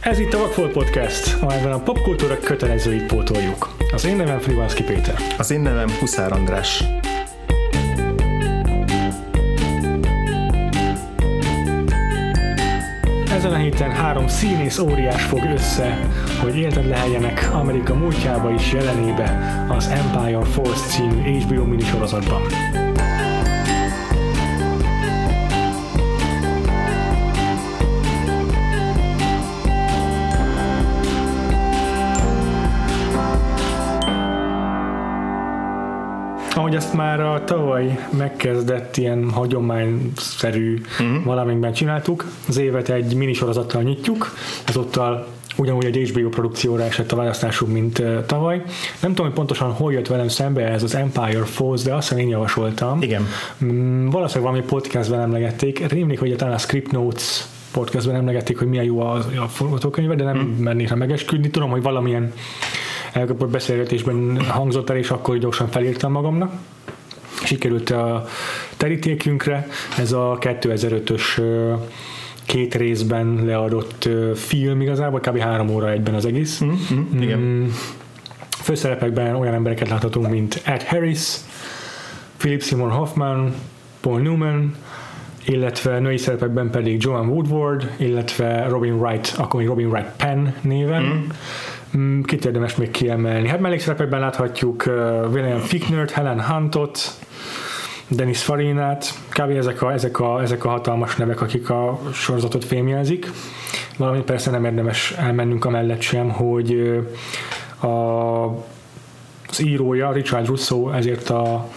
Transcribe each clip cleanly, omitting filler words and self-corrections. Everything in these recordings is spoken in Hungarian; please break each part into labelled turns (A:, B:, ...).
A: Ez itt a Vakfolt Podcast, amelyben a popkultúra kötelezőit pótoljuk. Az én nevem Frivalszki Péter.
B: Az én nevem Huszár András.
A: Ezen a héten 3 színész óriás fog össze, hogy életet leheljenek Amerika múltjába és jelenébe az Empire Force című HBO minisorozatban. Ahogy ezt már a tavaly megkezdett ilyen hagyományszerű valaminkben csináltuk, az évet egy minisorozattal nyitjuk, ezúttal ugyanúgy egy HBO produkcióra esett a választásunk, mint tavaly. Nem tudom, hogy pontosan hol jött velem szembe ez az Empire Force, de azt hiszem én javasoltam.
B: Igen.
A: Valószínűleg valami podcastben emlegették. Rémlik, hogy talán a Script Notes podcastben emlegették, hogy milyen jó a forgatókönyve, de nem mernék rá megesküdni. Tudom, hogy valamilyen elkapott beszélgetésben hangzott el, és akkor gyorsan felírtam magamnak. Sikerült a terítékünkre. Ez a 2005-ös 2 részben leadott film igazából, kb. 3 óra egyben az egész.
B: Igen.
A: Főszerepekben olyan embereket láthatunk, mint Ed Harris, Philip Seymour Hoffman, Paul Newman, illetve női szerepekben pedig Joanne Woodward, illetve Robin Wright, akkor még Robin Wright Penn néven. Kit érdemes még kiemelni? Hát mellékszerepekben láthatjuk William Fichtnert, Helen Huntot, Dennis Farinát, kb. ezek a hatalmas nevek, akik a sorozatot fémjelzik. Valamint persze nem érdemes elmennünk amellett sem, hogy az írója, Richard Russo, ezért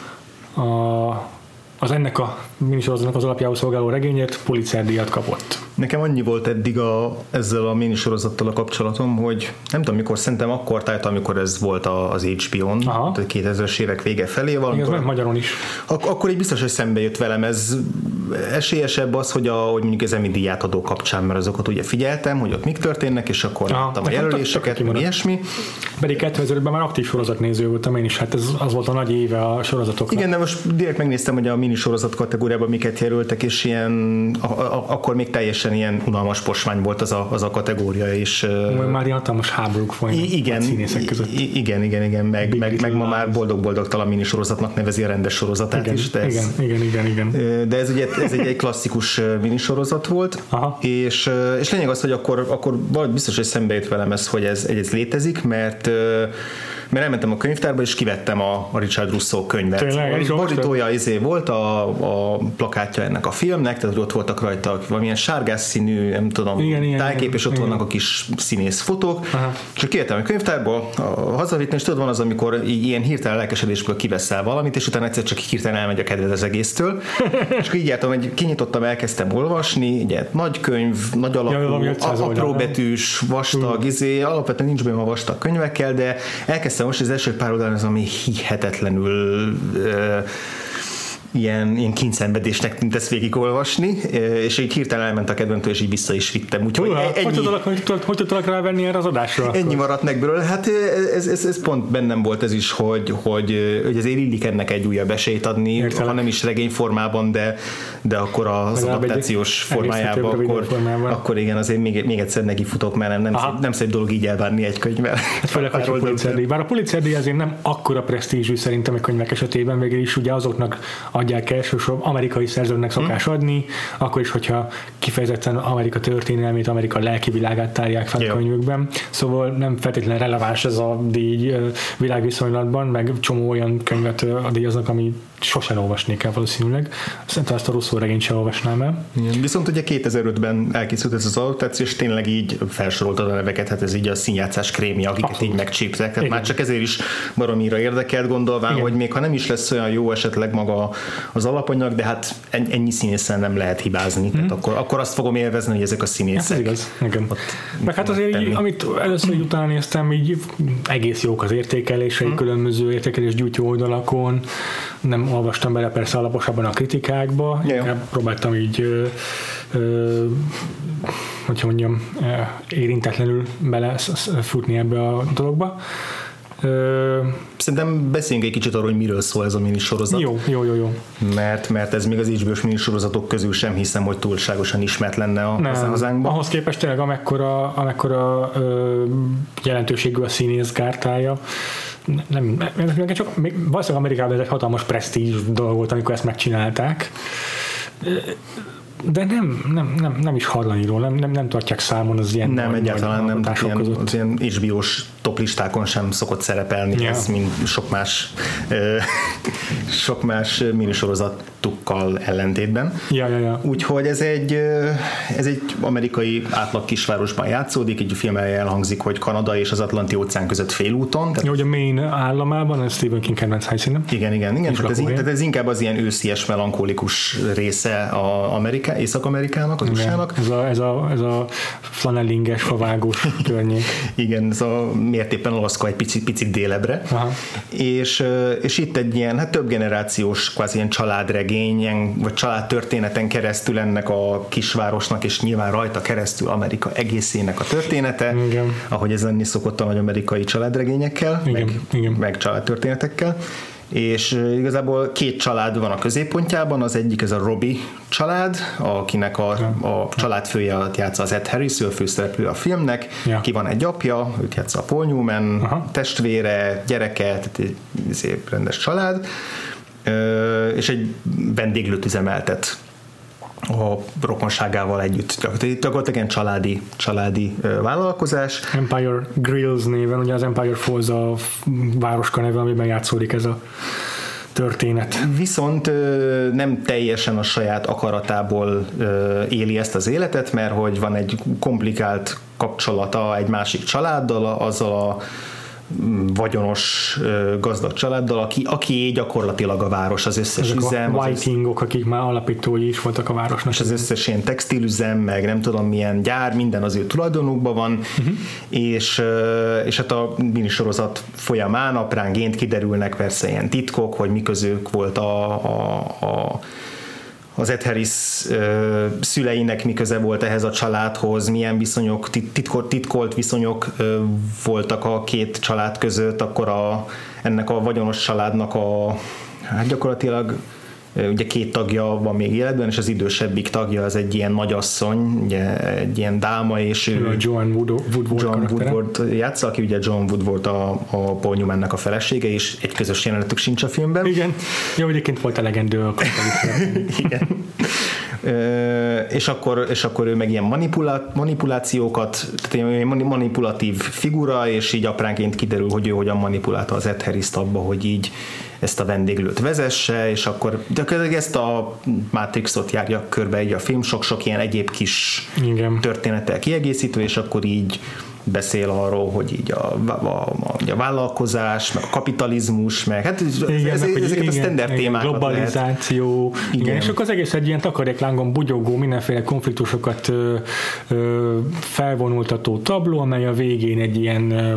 A: az ennek a minisorozatnak az alapjául szolgáló regényért Pulitzer-díjat kapott.
B: Nekem annyi volt eddig ezzel a minisorozattal a kapcsolatom, hogy nem tudom mikor, szerintem akkor tájt, amikor ez volt az HBO-n, a 2000-es évek vége felé valamikor.
A: Igen, magyaron is.
B: Akkor így biztos, hogy szembe jött velem. Ez esélyesebb az, hogy mondjuk az Emmy díjátadó kapcsán, mert azokat ugye figyeltem, hogy ott mik történnek, és akkor láttam a jelöléseket, mi ilyesmi.
A: Pedig 2005-ben már aktív sorozatnéző voltam én is, hát az volt a nagy éve a sorozatoknak.
B: Igen, de most direkt megnéztem, hogy a minisorozat kategóriában miket jelöltek, és ilyen, akkor még teljesen ilyen unalmas posmány volt az a kategória, és
A: már ilyen hatalmas háborúk folynak a színészek között.
B: Igen, meg ma már boldog-boldogtalan minisorozatnak nevezi a rendes sorozatát is.
A: Igen.
B: De ez ugye egy klasszikus minisorozat volt, és lényeg az, hogy akkor biztos, hogy szembe jött velem ez, hogy ez létezik, mert elmentem a könyvtárba, és kivettem a Richard Russo könyvet. Borítója volt a plakátja ennek a filmnek, tehát ott voltak rajta valamilyen sárgás színű, nem tudom, tájkép, és ott vannak a kis színész fotók. És kivettem a könyvtárból, hazavittem, és tudod, van az, amikor ilyen hirtelen lelkesedésből kiveszel valamit, és utána egyszer csak hirtelen elmegy a kedved az egésztől. És akkor így jártam, hogy kinyitottam, elkezdtem olvasni, ugye nagy könyv, nagy alapú, apró betűs, vastag, alapvetően nincs benne a vastag könyvekkel, de elkezdtem most az első pár oldalon az, ami hihetetlenül ilyen kényszenvedésnek tűnt ezt végigolvasni, és így hirtelen elment a kedvemtől, és így vissza is vittem. Úgyhogy
A: hogy tudtalak rávenni erre az adásra?
B: Ennyi maradt meg belőle. Hát ez pont bennem volt ez is, hogy azért illik ennek egy újabb esélyt adni, ha nem is regényformában, de akkor az adaptációs formájában, akkor igen, azért még egyszer nekifutok, mert nem szép dolog így elbánni egy könyvvel.
A: Hát főleg, hogy a Pulitzer-díj. Bár a Pulitzer-díj azért nem akkora presztízsű szerintem a könyvek esetében, végül is ugye azoknak adják elsősorban, amerikai szerzőnek szokás adni, akkor is, hogyha kifejezetten Amerika történelmét, Amerika lelki világát tárják fel a könyvükben. Szóval nem feltétlenül releváns ez a díj világviszonylatban, meg csomó olyan könyvet díjaznak, ami sosem olvasnék el valószínűleg. Szerintem ezt a Russo regényt sem olvasnám el.
B: Igen, viszont ugye 2005-ben elkészült ez az adaptáció, és tényleg így felsoroltad a neveket, hát ez így a színjátszás krémje, akiket abszolút így megcsíptek. Tehát már csak ezért is baromira érdekelt, gondolván, hogy még ha nem is lesz olyan jó esetleg maga az alapanyag, de hát ennyi színészen nem lehet hibázni. Tehát akkor azt fogom élvezni, hogy ezek a színészek.
A: Ez igaz, igen. Meg hát azért így, amit először utána néztem, így egész jók az értékelései, különböző értékelés gyújtó oldalakon. Nem olvastam bele persze alaposabban a kritikákba, próbáltam így hogyha mondjam, érintetlenül belefutni ebbe a dologba.
B: Szerintem beszéljünk egy kicsit arról, hogy miről szól ez a minisorozat.
A: Jó.
B: Mert ez még az HBO-s minisorozatok közül sem hiszem, hogy túlságosan ismert lenne a hazánkban.
A: Ahhoz képest tényleg amekkora jelentőségű a színész gártája. Csak valószínűleg Amerikában ez egy hatalmas presztízs dolog volt, amikor ezt megcsinálták. De nem is hallani róla, nem tartják számon az ilyen.
B: Nem, egyáltalán nem. Ilyen HBO-s toplistákon sem szokott szerepelni ez, mint sok más minisorozatukkal ellentétben.
A: Ja.
B: Úgyhogy ez egy amerikai átlag kisvárosban játszódik, így a film elhangzik, hogy Kanada és az Atlanti-óceán között félúton.
A: Tehát hogy a Maine államában, a Stephen King kedvenc helyszínen.
B: Igen. Tehát ez inkább az ilyen őszies, melankolikus része Észak-Amerikának, az USA-nak.
A: Ez a flanellinges, favágós környék.
B: Igen, ez a mértékben Alaszka egy picit délebre. És itt egy ilyen több generációs kvázi ilyen családregény, vagy családtörténeten keresztül ennek a kisvárosnak, és nyilván rajta keresztül Amerika egészének a története, igen. Ahogy ez lenni szokott a nagy amerikai családregényekkel, meg családtörténetekkel. És igazából két család van a középpontjában, az egyik ez a Robbie család, akinek a családfője játsza az Ed Harris, ő a főszereplő a filmnek, ki van egy apja, őt játsza a Paul Newman, testvére, gyereke, tehát egy rendes család, és egy vendéglőt üzemeltet a rokonságával együtt. Gyakorlatilag ilyen családi vállalkozás.
A: Empire Grills néven, ugye az Empire Falls a városka neve, amiben játszódik ez a történet.
B: Viszont nem teljesen a saját akaratából éli ezt az életet, mert hogy van egy komplikált kapcsolata egy másik családdal, azzal a vagyonos, gazdag családdal, aki gyakorlatilag a város, az összes
A: ezek
B: üzem.
A: A Whitingok, akik már alapítói is voltak a városnak.
B: És az összes ilyen textilüzem, meg nem tudom milyen gyár, minden az ő tulajdonukban van, és hát a minisorozat folyamán apránként kiderülnek persze ilyen titkok, hogy mi közük volt az Ed Harris szüleinek mi köze volt ehhez a családhoz, milyen viszonyok, titkolt viszonyok voltak a két család között, akkor ennek a vagyonos családnak gyakorlatilag ugye két tagja van még életben, és az idősebbik tagja az egy ilyen nagyasszony, ugye egy ilyen dáma, és ő
A: John Woodward
B: játsza, aki ugye John Woodward a Paul Newmannek a felesége, és egy közös jelenetük sincs a filmben.
A: Igen, jó, egyébként volt elegendő a
B: igen. És akkor ő meg ilyen manipulációkat, tehát ilyen manipulatív figura, és így apránként kiderül, hogy ő hogyan manipulálta az Ed Harris-t abba, hogy így ezt a vendéglőt vezesse, és akkor gyakorlatilag ezt a Matrixot járja körbe így a film, sok-sok ilyen egyéb kis történettel kiegészítő, és akkor így beszél arról, hogy így a vállalkozás, meg a kapitalizmus, meg hát ezeket a standard témákat
A: globalizáció, lehet. Igen, és akkor az egész egy ilyen takaréklángon bugyogó, mindenféle konfliktusokat felvonultató tabló, amely a végén egy ilyen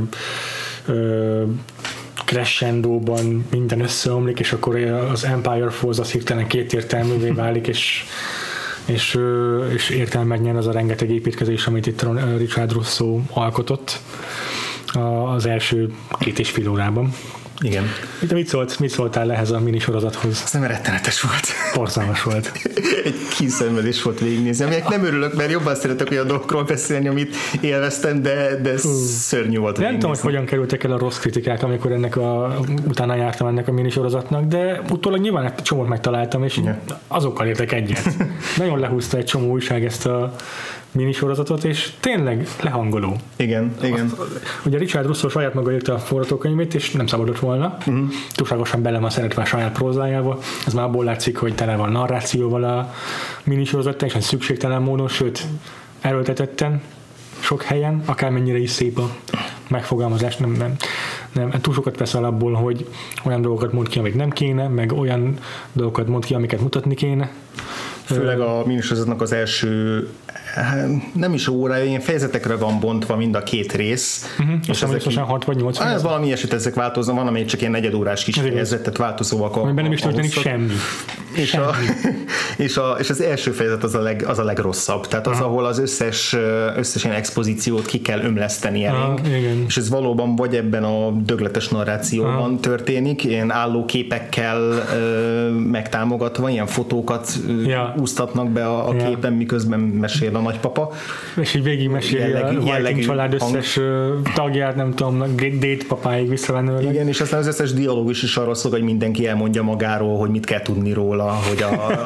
A: crescendóban minden összeomlik, és akkor az Empire Falls az hirtelen kétértelművé válik, és értelmet nyer az a rengeteg építkezés, amit itt Richard Russo alkotott az első 2,5 órában.
B: Igen.
A: Mit szóltál ehhez a minisorozathoz?
B: Azt nem rettenetes volt.
A: Borzalmas volt.
B: Egy kínszenvedés volt végignézni, aminek nem örülök, mert jobban szeretek olyan dolgokról beszélni, amit élveztem, de szörnyű volt.
A: Nem tudom, hogy hogyan kerültek el a rossz kritikák, amikor utána jártam ennek a minisorozatnak, de utólag nyilván egy csomót megtaláltam, és azokkal értek egyet. Nagyon lehúzta egy csomó újság ezt a minisorozatot, és tényleg lehangoló.
B: Igen.
A: Ugye Richard Russo saját maga írta a forgatókönyvét, és nem szabadott volna. Túlságosan bele van szeretve a saját prózájába. Ez már abból látszik, hogy tele van narrációval a minisorozat, teljesen szükségtelen módon, sőt, erőltetetten sok helyen, akármennyire is szép a megfogalmazás, nem túl sokat vesz abból, hogy olyan dolgokat mond ki, amik nem kéne, meg olyan dolgokat mond ki, amiket mutatni kéne.
B: Főleg a minisorozatnak az első nem is órája, ilyen fejezetekre van bontva mind a két rész.
A: És ezek 6 vagy 8
B: ez valami ilyesmit, ezek változnak, van, amely csak ilyen negyedórás kis fejezetet változóak.
A: Amiben nem is történik semmi.
B: és az első fejezet az a legrosszabb. Tehát az, ahol az összes ilyen expozíciót ki kell ömleszteni elénk. És ez valóban vagy ebben a dögletes narrációban történik, ilyen állóképekkel megtámogatva, ilyen fotókat úsztatnak be a képen, miközben mesél a nagypapa.
A: És így végig meséli a Viking család összes tagját, nem tudom, date papáig visszavenőleg.
B: Igen, és aztán az összes dialógus is arról szól, hogy mindenki elmondja magáról, hogy mit kell tudni róla, hogy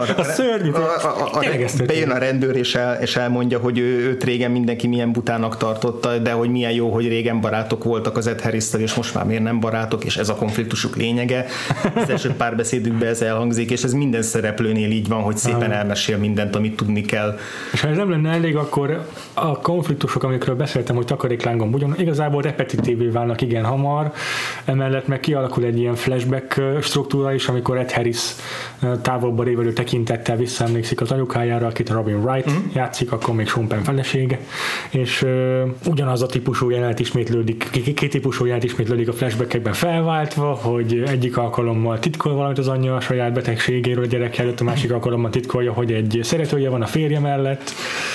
B: bejön a rendőr, és elmondja, hogy őt régen mindenki milyen butának tartotta, de hogy milyen jó, hogy régen barátok voltak az Ed Harris-tel, és most már miért nem barátok, és ez a konfliktusuk lényege. Az első párbeszédükben ez elhangzik, és ez minden szereplőnél így van, hogy szépen elmesél mindent, amit tudni kell.
A: És ha ez nem lenne elég, akkor a konfliktusok, amikről beszéltem, hogy takaréklángon bugyon, igazából repetitívé válnak igen hamar, emellett meg kialakul egy ilyen flashback struktúra is, amikor Ed Harris távolba révelő tekintettel visszaemlékszik az anyukájára, akit Robin Wright játszik, akkor még Sean Penn felesége, és ugyanaz a típusú jelenet ismétlődik, két típusú jelenet ismétlődik a flashbackekben felváltva, hogy egyik alkalommal titkol valamit az anyja a saját betegségéről a gyerek előtt, a másik alkalommal titkolja, hogy egy szeretője van a férje mellett,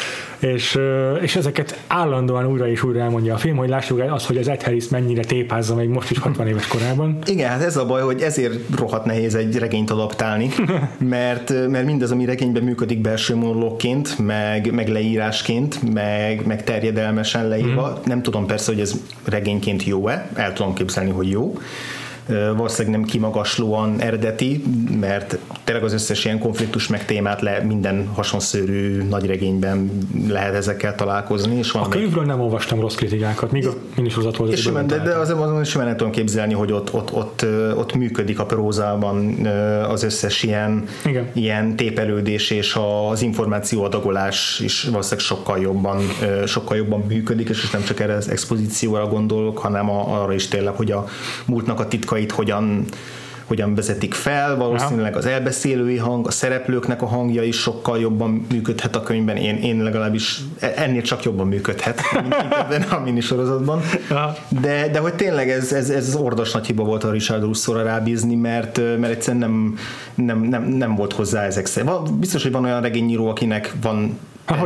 A: és ezeket állandóan újra és újra elmondja a film, hogy lássuk azt, hogy az Ed Harris mennyire tépázza még most is 60 éves korában.
B: Igen, hát ez a baj, hogy ezért rohadt nehéz egy regényt adaptálni, mert mindaz, ami regényben működik belső monológként, meg leírásként, meg terjedelmesen leírva, nem tudom persze, hogy ez regényként jó-e, el tudom képzelni, hogy jó. Valószínűleg nem kimagaslóan eredeti, mert tényleg az összes ilyen konfliktus meg témát minden hasonszörű nagyregényben lehet ezekkel találkozni. És
A: a könyvről nem olvastam rossz kritikákat, míg a minisorozat volt.
B: De azon simán nem tudom képzelni, hogy ott működik a prózában az összes ilyen tépelődés, és az információadagolás is valószínűleg sokkal jobban működik, és nem csak erre az expozícióra gondolok, hanem arra is tényleg, hogy a múltnak a titkait hogyan vezetik fel, valószínűleg az elbeszélői hang, a szereplőknek a hangja is sokkal jobban működhet a könyvben, én legalábbis ennél csak jobban működhet, mint ebben a minisorozatban. De hogy tényleg ez ordas nagy hiba volt a Richard Russo-ra rábízni, mert egyszerűen nem volt hozzá ezek szerint. Biztos, hogy van olyan regényíró, akinek van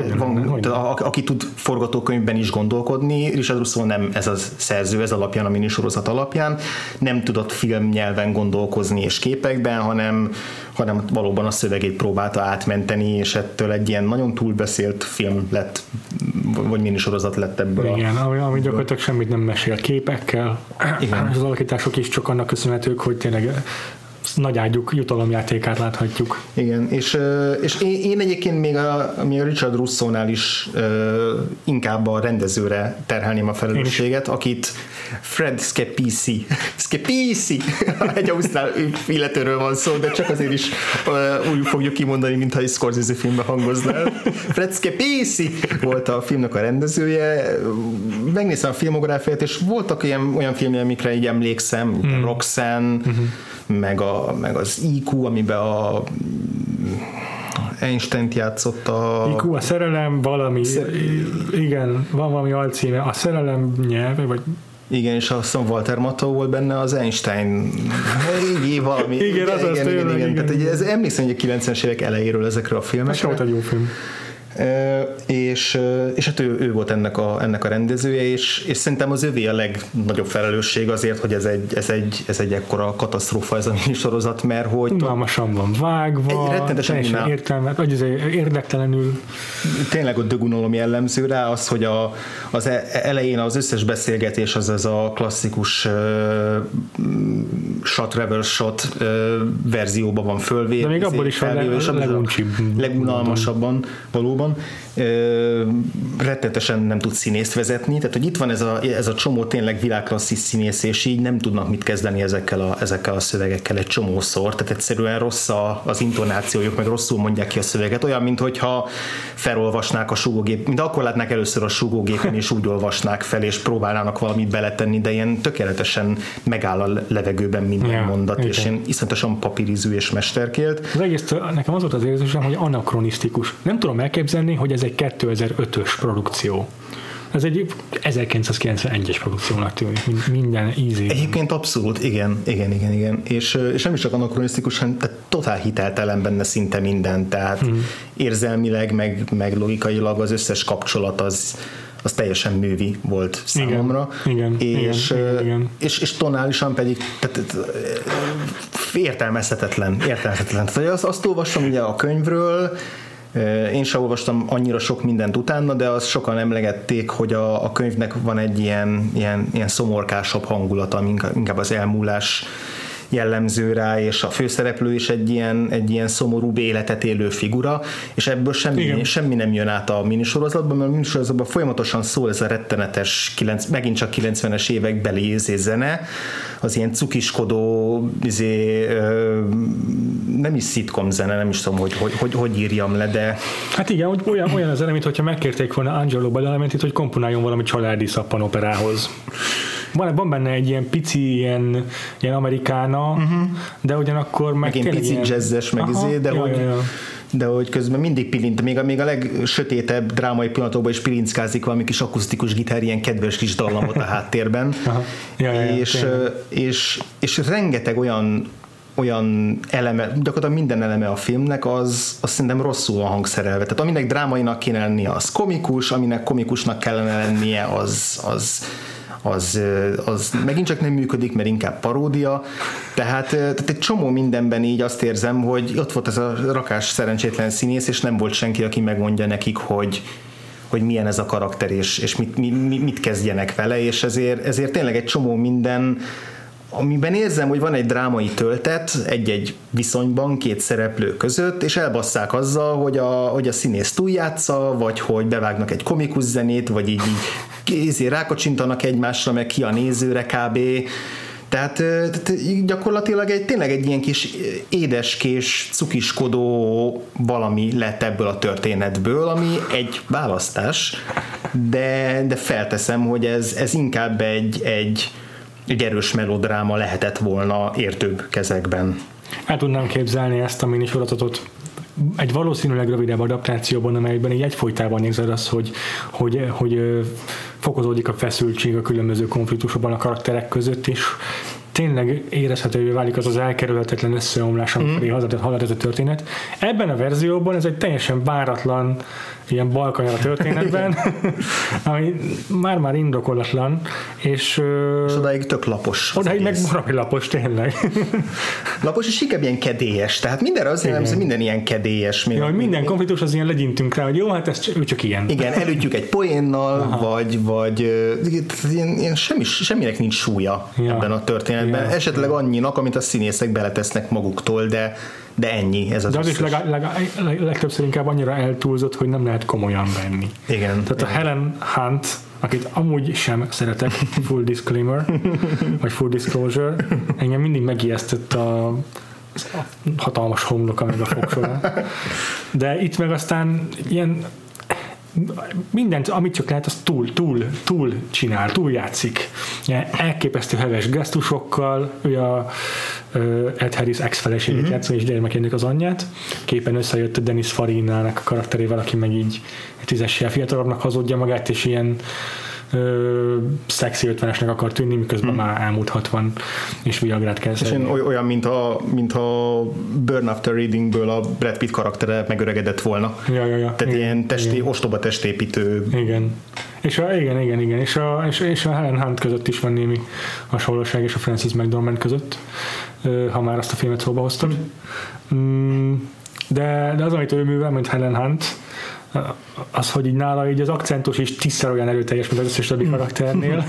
B: aki tud forgatókönyvben is gondolkodni. Richard Russo nem ez a szerző, ez alapján, a minisorozat alapján nem tudott filmnyelven gondolkozni és képekben, hanem valóban a szövegét próbálta átmenteni, és ettől egy ilyen nagyon túlbeszélt film lett, vagy minisorozat lett ebből.
A: Igen, ami gyakorlatilag semmit nem mesél képekkel. Igen. Az alakítások is csak annak köszönhetők, hogy tényleg nagy ágyuk jutalomjátékát láthatjuk.
B: Igen, és én egyébként még a Richard Russo-nál is inkább a rendezőre terhelném a felelősséget, akit Fred Schepisi egy ausztrál illetőről van szó, de csak azért is úgy fogjuk kimondani, mintha egy Scorsese filmben hangoznál. Fred Schepisi volt a filmnek a rendezője. Megnéztem a filmográfiát, és voltak olyan filmje, amikre így emlékszem, Roxanne, meg az IQ, amiben a Einstein-t játszott a...
A: IQ, a szerelem, valami, igen, van valami alcíme, a szerelem nyelve, vagy...
B: Igen, és azt hiszem Walter Matthau volt benne, az Einstein valami.
A: Igen.
B: Tehát emlékszem, hogy a 90-es évek elejéről ezekről a filmekre.
A: Ez volt egy jó film.
B: És hát ő volt ennek a rendezője, és szerintem az övé a legnagyobb felelősség azért, hogy ez egy ekkora katasztrófa ez a minisorozat, mert hogy...
A: Unalmasan van vágva, teljesen értelmet, vagy érdektelenül.
B: Tényleg a dögunalom jellemző rá az, hogy az elején az összes beszélgetés az ez a klasszikus shot, reverse shot verzióban van fölvéve.
A: De még abból is van
B: legunalmasabban valóban. Rettetesen nem tud színészt vezetni, tehát hogy itt van ez a csomó tényleg világklasszis színész, és így nem tudnak mit kezdeni ezekkel a szövegekkel egy csomószor, tehát egyszerűen rossz az intonációjuk, meg rosszul mondják ki a szöveget, olyan, minthogyha felolvasnák a súgógép, mint akkor látnák először a súgógépen, és úgy olvasnák fel, és próbálnának valamit beletenni, de ilyen tökéletesen megáll a levegőben minden mondat, és ilyen iszonyatosan papírizű és mesterkélt.
A: Az egész, nekem az volt az érzésem, hogy anakronisztikus. Nem tudom elképzelni, hogy ez egy 2005-ös produkció. Ez egy 1991-es produkciónak tűnik, minden easy.
B: Egyébként abszolút, igen. És nem is csak anakronisztikus, hanem totál hiteltelen benne szinte minden, tehát érzelmileg, meg logikailag az összes kapcsolat az teljesen művi volt számomra.
A: Igen.
B: És tonálisan pedig értelmezhetetlen. Tehát azt olvastam ugye a könyvről, én sem olvastam annyira sok mindent utána, de azt sokan emlegették, hogy a könyvnek van egy ilyen szomorkásabb hangulata, inkább az elmúlás jellemző rá, és a főszereplő is egy ilyen szomorúbb életet élő figura, és ebből semmi nem jön át a minisorozatban, mert a minisorozatban folyamatosan szól ez a rettenetes, megint csak 90-es évek beli zene, az ilyen cukiskodó, nem is szitkom zene, nem is tudom, hogy írjam le, de...
A: Hát igen, olyan az zene, mint hogyha megkérték volna Angelo Badalamenti-t, hogy komponáljon valami családi szappanoperához. Van benne egy ilyen pici, ilyen amerikána, de ugyanakkor meg
B: ilyen pici jazzes, de hogy közben mindig pilint, még a legsötétebb drámai pillanatokban is pilinckázik valami kis akusztikus gitár, ilyen kedves kis dallamot a háttérben. És rengeteg olyan eleme, gyakorlatilag minden eleme a filmnek az szerintem rosszul van hangszerelve. Tehát aminek drámainak kéne lennie, az komikus, aminek komikusnak kellene lennie, az megint csak nem működik, mert inkább paródia. Tehát egy csomó mindenben így azt érzem, hogy ott volt ez a rakás szerencsétlen színész, és nem volt senki, aki megmondja nekik, hogy milyen ez a karakter, és mit kezdjenek vele, és ezért tényleg egy csomó minden, amiben érzem, hogy van egy drámai töltet egy-egy viszonyban két szereplő között, és elbasszák azzal, hogy a színész túljátsza, vagy hogy bevágnak egy komikus zenét, vagy így rákacsintanak egymásra, meg ki a nézőre kb. Tehát gyakorlatilag tényleg egy ilyen kis édeskés, cukiskodó valami lett ebből a történetből, ami egy választás, de felteszem, hogy ez inkább egy erős melodráma lehetett volna értőbb kezekben.
A: El tudnám képzelni ezt a minisorozatot egy valószínűleg rövidebb adaptációban, amelyben így egyfolytában érzed azt, hogy fokozódik a feszültség a különböző konfliktusokban a karakterek között, és tényleg érezhetővé válik az elkerülhetetlen összeomlás, amikor halad ez a történet. Ebben a verzióban ez egy teljesen váratlan ilyen balkanyar a történetben, ami már indokolatlan, és
B: odáig tök lapos.
A: Odáig meg valami lapos, tényleg.
B: Lapos, és inkább ilyen kedélyes, tehát mindenre az jellemző, minden ilyen kedélyes.
A: Minden konfliktus az ilyen legyintünk rá, hogy jó, hát ez ő csak ilyen.
B: Igen, elütjük egy poénnal, vagy ilyen semminek nincs súlya ebben a történetben. Esetleg annyinak, amit a színészek beletesznek maguktól, de ennyi. Ez az.
A: De az is legtöbbször inkább annyira eltúlzott, hogy nem lehet komolyan venni.
B: Igen.
A: Tehát a Helen Hunt, akit amúgy sem szeretek, full disclaimer, vagy full disclosure, engem mindig megijesztett a hatalmas homloka meg a fogsora. De itt meg aztán ilyen mindent, amit csak lehet, az túl csinál, túl játszik. Ilyen elképesztő heves gesztusokkal, ő a Ed Harris ex-feleségét játszó, és gyermekének az anyját. Képen összejött a Dennis Farinanak a karakterével, aki meg így 10-essel fiatalabbnak hazudja magát, és ilyen szexi 50-esnek akar tűnni, miközben már elmúlt 60 és Viagrát kell
B: szedni. És olyan, mint a Burn After Readingből a Brad Pitt karaktere megöregedett volna.
A: Ja.
B: Tehát igen, ilyen ostoba testépítő.
A: Igen. Igen. És a Helen Hunt között is van némi hasonlóság, és a Frances McDormand között, ha már azt a filmet szóba hoztad. De az, amit ő művel, mint Helen Hunt, az, hogy így nála így az akcentus is 10-szer olyan erőteljes, mint az összes többi karakternél,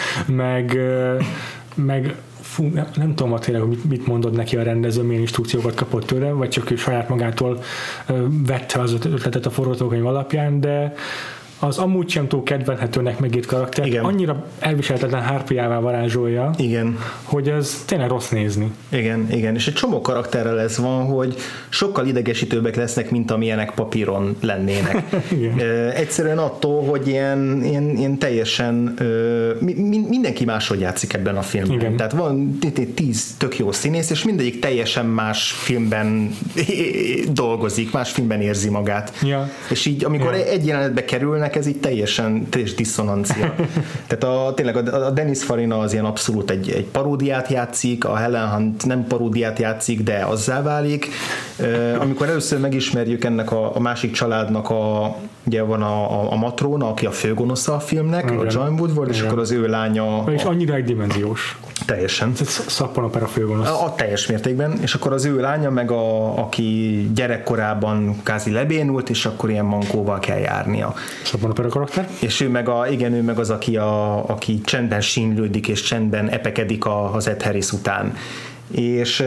A: meg fú, nem tudom, hogy tényleg mit mondod neki a rendező, milyen instrukciókat kapott tőle, vagy csak ő saját magától vette az ötletet a forgatókönyv alapján, de az amúgy sem túl kedvelhetőnek megírt karakter, igen, annyira elviselhetetlen hárpiává varázsolja, igen, hogy ez tényleg rossz nézni.
B: Igen, és egy csomó karakterrel ez van, hogy sokkal idegesítőbbek lesznek, mint amilyenek papíron lennének. Egyszerűen attól, hogy ilyen teljesen mindenki máshogy játszik ebben a filmben. Igen. Tehát van 10 tök jó színész, és mindegyik teljesen más filmben dolgozik, más filmben érzi magát. Ja. És így, amikor egy jelenetbe kerülnek, filmek, ez így teljesen diszonancia. Tehát tényleg a Dennis Farina az ilyen abszolút egy paródiát játszik, a Helen Hunt nem paródiát játszik, de azzá válik. Amikor először megismerjük ennek a másik családnak ugye van a matróna, aki a főgonosza a filmnek, igen. A Joan Woodward, és akkor az ő lánya...
A: És annyira egydimenziós.
B: Teljesen.
A: Ez szappanopera főgonosz.
B: A teljes mértékben, és akkor az ő lánya meg aki gyerekkorában kázi lebénult, és akkor ilyen mankóval kell járnia.
A: Szappanopera karakter.
B: És ő meg az, aki csendben sínlődik, és csendben epekedik az Ed Harris után. És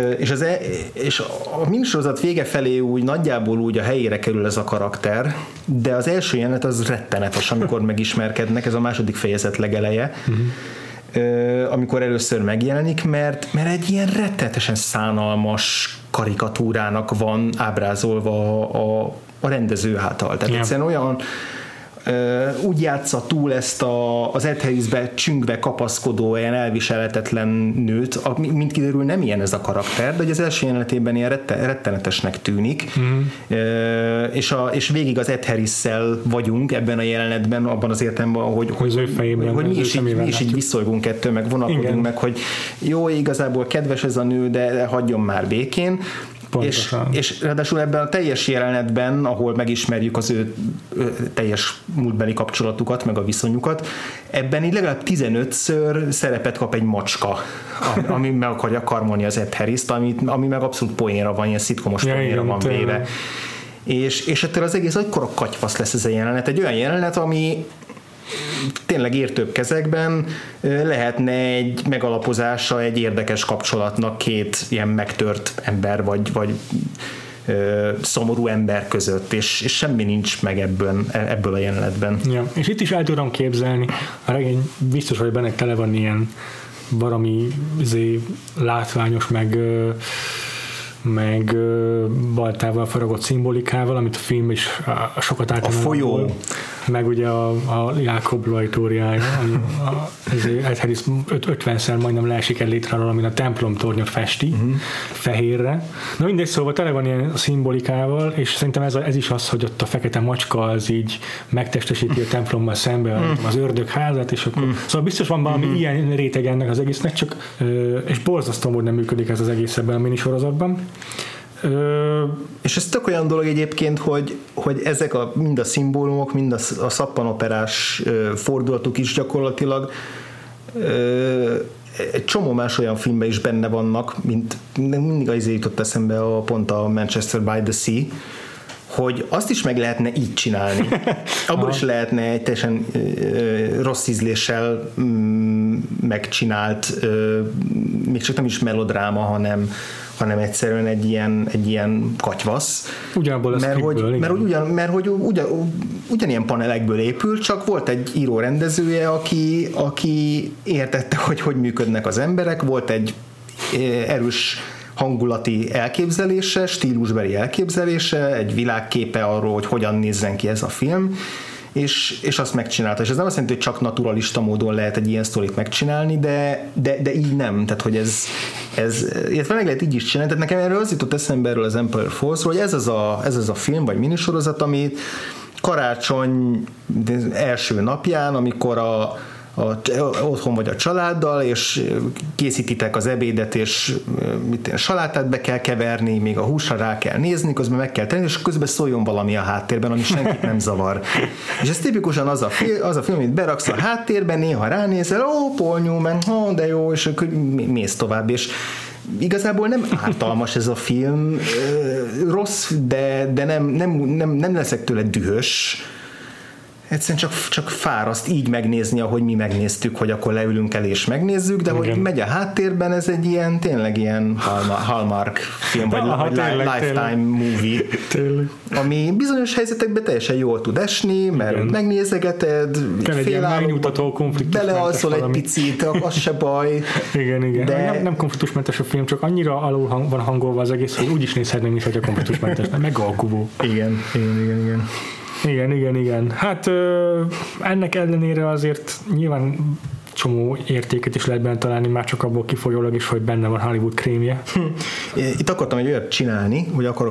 B: a minisorozat vége felé úgy nagyjából úgy a helyére kerül ez a karakter, de az első jelenet az rettenetes, amikor megismerkednek, ez a második fejezet legeleje, amikor először megjelenik, mert egy ilyen rettenetesen szánalmas karikatúrának van ábrázolva a rendező által. Tehát egyszerűen olyan úgy játsza túl ezt az Ed Harrisbe csüngve kapaszkodó, ilyen elviselhetetlen nőt, mint kiderül nem ilyen ez a karakter, de hogy az első jelenetében ilyen rettenetesnek tűnik, és végig az Ed Harrisszel vagyunk ebben a jelenetben, abban az értelemben, hogy mi is így viszolgunk ettől, meg vonakodunk meg, hogy jó, igazából kedves ez a nő, de hagyjon már békén. És ráadásul ebben a teljes jelenetben, ahol megismerjük az ő teljes múltbeli kapcsolatukat, meg a viszonyukat, ebben így legalább 15-ször szerepet kap egy macska, ami meg akarja karmolni az Ed Harrist, ami meg abszolút poénra van, ilyen szitkomos poénra van véve. És ettől az egész agykora katyvasz lesz ez a jelenet. Egy olyan jelenet, ami tényleg értőbb kezekben lehetne egy megalapozása egy érdekes kapcsolatnak két ilyen megtört ember, vagy szomorú ember között, és semmi nincs meg ebből a jelenetben.
A: Ja, és itt is el tudom képzelni, a regény biztos, hogy benne tele van ilyen valami látványos, meg baltával faragott szimbolikával, amit a film is sokat átadnak.
B: A folyó.
A: Meg ugye a Jákob lojtóriája, Ed Harris 50-szer majdnem leesik egy létráról, amin a templom tornyot festi fehérre. Na mindegy, szóval tele van ilyen szimbolikával, és szerintem ez is az, hogy ott a fekete macska az így megtestesíti a templommal szembe az ördögházat, és akkor szóval biztos van valami ilyen réteg ennek az egésznek, csak és borzasztó módon nem működik ez az egész ebben a minisorozatban.
B: És ez tök olyan dolog egyébként, hogy ezek mind a szimbólumok, mind a szappanoperás fordulatok is gyakorlatilag egy csomó más olyan filmben is benne vannak, mint mindig azért jutott eszembe pont a Manchester by the Sea, hogy azt is meg lehetne így csinálni. Abból is lehetne egy teljesen rossz ízléssel megcsinált, még csak nem is melodráma, hanem egyszerűen egy ilyen katyvasz. Mert hogy ugyanilyen panelekből épül, csak volt egy író rendezője, aki értette, hogy működnek az emberek, volt egy erős hangulati elképzelése, stílusbeli elképzelése, egy világképe arról, hogy hogyan nézzen ki ez a film, és azt megcsinálta. És ez nem azt jelenti, hogy csak naturalista módon lehet egy ilyen sztorit megcsinálni, de így nem. Tehát, hogy ez illetve meg lehet így is csinálni. Tehát nekem erről az jutott eszembe erről az Empire Falls-ról, hogy ez az a film, vagy minisorozat, ami karácsony első napján, amikor otthon vagy a családdal, és készítitek az ebédet, és salátát be kell keverni, még a húsra rá kell nézni, közben meg kell tenni, és közben szóljon valami a háttérben, ami senkit nem zavar. És ez tipikusan az a film, amit beraksz a háttérben, néha ránézel, Paul Newman, de jó, és akkor mész tovább, és igazából nem ártalmas ez a film, rossz, de nem leszek tőle dühös, egyszerűen csak fáraszt így megnézni, ahogy mi megnéztük, hogy akkor leülünk el és megnézzük, de hogy megy a háttérben, ez egy ilyen, tényleg ilyen Hallmark film, vagy Lifetime movie, ami bizonyos helyzetekben teljesen jól tud esni, mert megnézegeted, belealszol egy picit, az se baj.
A: Igen. De nem konfliktusmentes a film, csak annyira alul van hangolva az egész, hogy úgy is nézhetném is, hogy a konfliktusmentes, meg alkubó.
B: Igen.
A: Igen. Hát ennek ellenére azért nyilván csomó értéket is lehet benne találni, már csak abból kifolyólag is, hogy benne van Hollywood krémje.
B: Itt akartam egy olyat csinálni,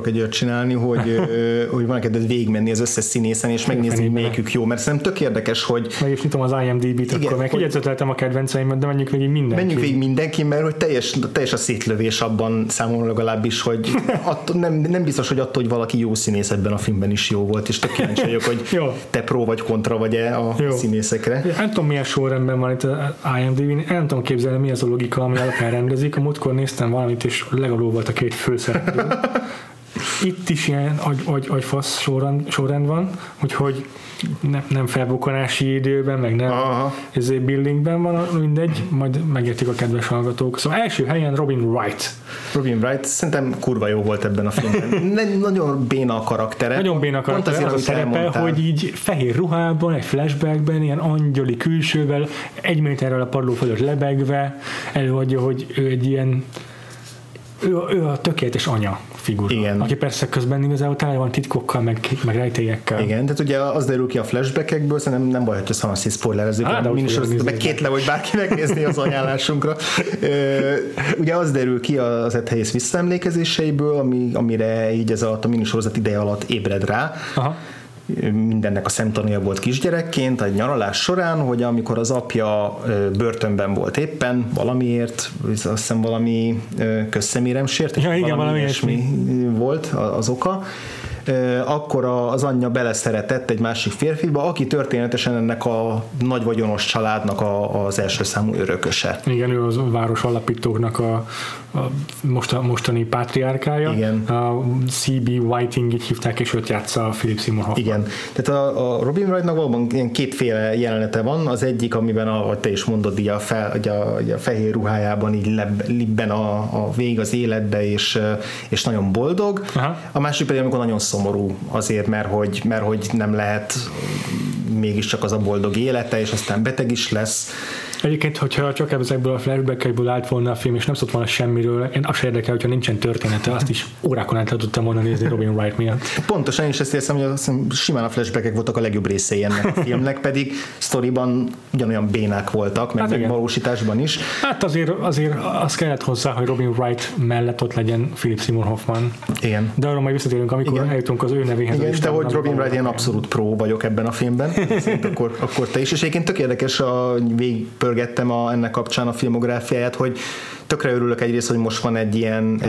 B: hogy van kedved végigmenni az összes színészen, és megnézni, hogy melyikük jó, mert szerintem tök érdekes, hogy...
A: Meg is nyitom az IMDb-t, akkor meg kiegyzeteltem a kedvenceimet, de menjünk végig mindenki.
B: Mert hogy teljes a szétlövés abban számomra legalábbis, hogy nem biztos, hogy attól, hogy valaki jó színész ebben a filmben is jó volt, és tök kíváncsi vagyok, hogy te pro vagy kontra vagy-e a színészekre.
A: Nem tudom, milyen sorrendben van itt az IMDb-n, nem tudom képzelni, mi az a logika, ami alapján rendezik. A múltkor néztem valamit, és legalább volt a két főszereplő. Itt is ilyen agyfasz sorrend van, úgyhogy nem felbukkanási időben, meg nem buildingben van, mindegy, majd megértik a kedves hallgatók. Szóval első helyen Robin Wright.
B: Robin Wright szerintem kurva jó volt ebben a filmben. Nagyon béna a karaktere.
A: Nagyon béna a karaktere, azért, az a szerepe, hogy így fehér ruhában, egy flashbackben, ilyen angyali külsővel, 1 méterrel a padló fölött lebegve előadja, hogy ő egy ilyen ő a tökéletes anya figura. Igen. Aki persze közben igazából tele van titkokkal, meg rejtélyekkel.
B: Igen, tehát ugye az derül ki a flashbackekből, szerintem nem baj, hogy szanaszí spoilerezzük, meg kétle, hogy bárki megnézni az ajánlásunkra. Ugye az derül ki az Ed Harris visszaemlékezéseiből, amire így ez alatt a minisorozat ideje alatt ébred rá. Aha. Mindennek a szemtanúja volt kisgyerekként, egy nyaralás során, hogy amikor az apja börtönben volt éppen valamiért, azt hiszem valami közszeméremsért, és valami ilyesmi volt az oka, akkor az anyja beleszeretett egy másik férfiba, aki történetesen ennek a nagy vagyonos családnak az első számú örököse.
A: Igen, ő az város alapítóknak a mostani pátriárkája. Igen. A C.B. Whiting, így hívták, és őt játsza a Philip Seymour Hoffman.
B: Igen. Tehát a Robin Wrightnak valóban ilyen kétféle jelenete van. Az egyik, amiben, ahogy te is mondod, így a fehér ruhájában így libben a vég az életbe, és nagyon boldog. Aha. A másik pedig, amikor nagyon szomorú azért, mert hogy nem lehet mégiscsak az a boldog élete, és aztán beteg is lesz.
A: Egyébként, hogyha csak ezekből a flashbackekből állt volna a film, és nem szólt volna semmiről, én azt érdekel, hogyha nincsen története, azt is órákon át tudtam volna nézni Robin Wright miatt.
B: Pontosan, én is ezt érzem, hogy simán a flashbackek voltak a legjobb részei ennek a filmnek, pedig sztoriban ugyanolyan bénák voltak, meg valósításban is.
A: Hát azért az kellett hozzá, hogy Robin Wright mellett ott legyen Philip Seymour Hoffman. Igen. De arra majd visszatérünk, amikor eljutunk az ő nevéhez.
B: Igen, de hogy Robin Wright ilyen abszolút pro vagyok ebben a filmben, akkor te is. És egyébként tök érdekes, végigpörgettem ennek kapcsán a filmográfiáját, hogy tökre örülök egyrészt, hogy most van egy ilyen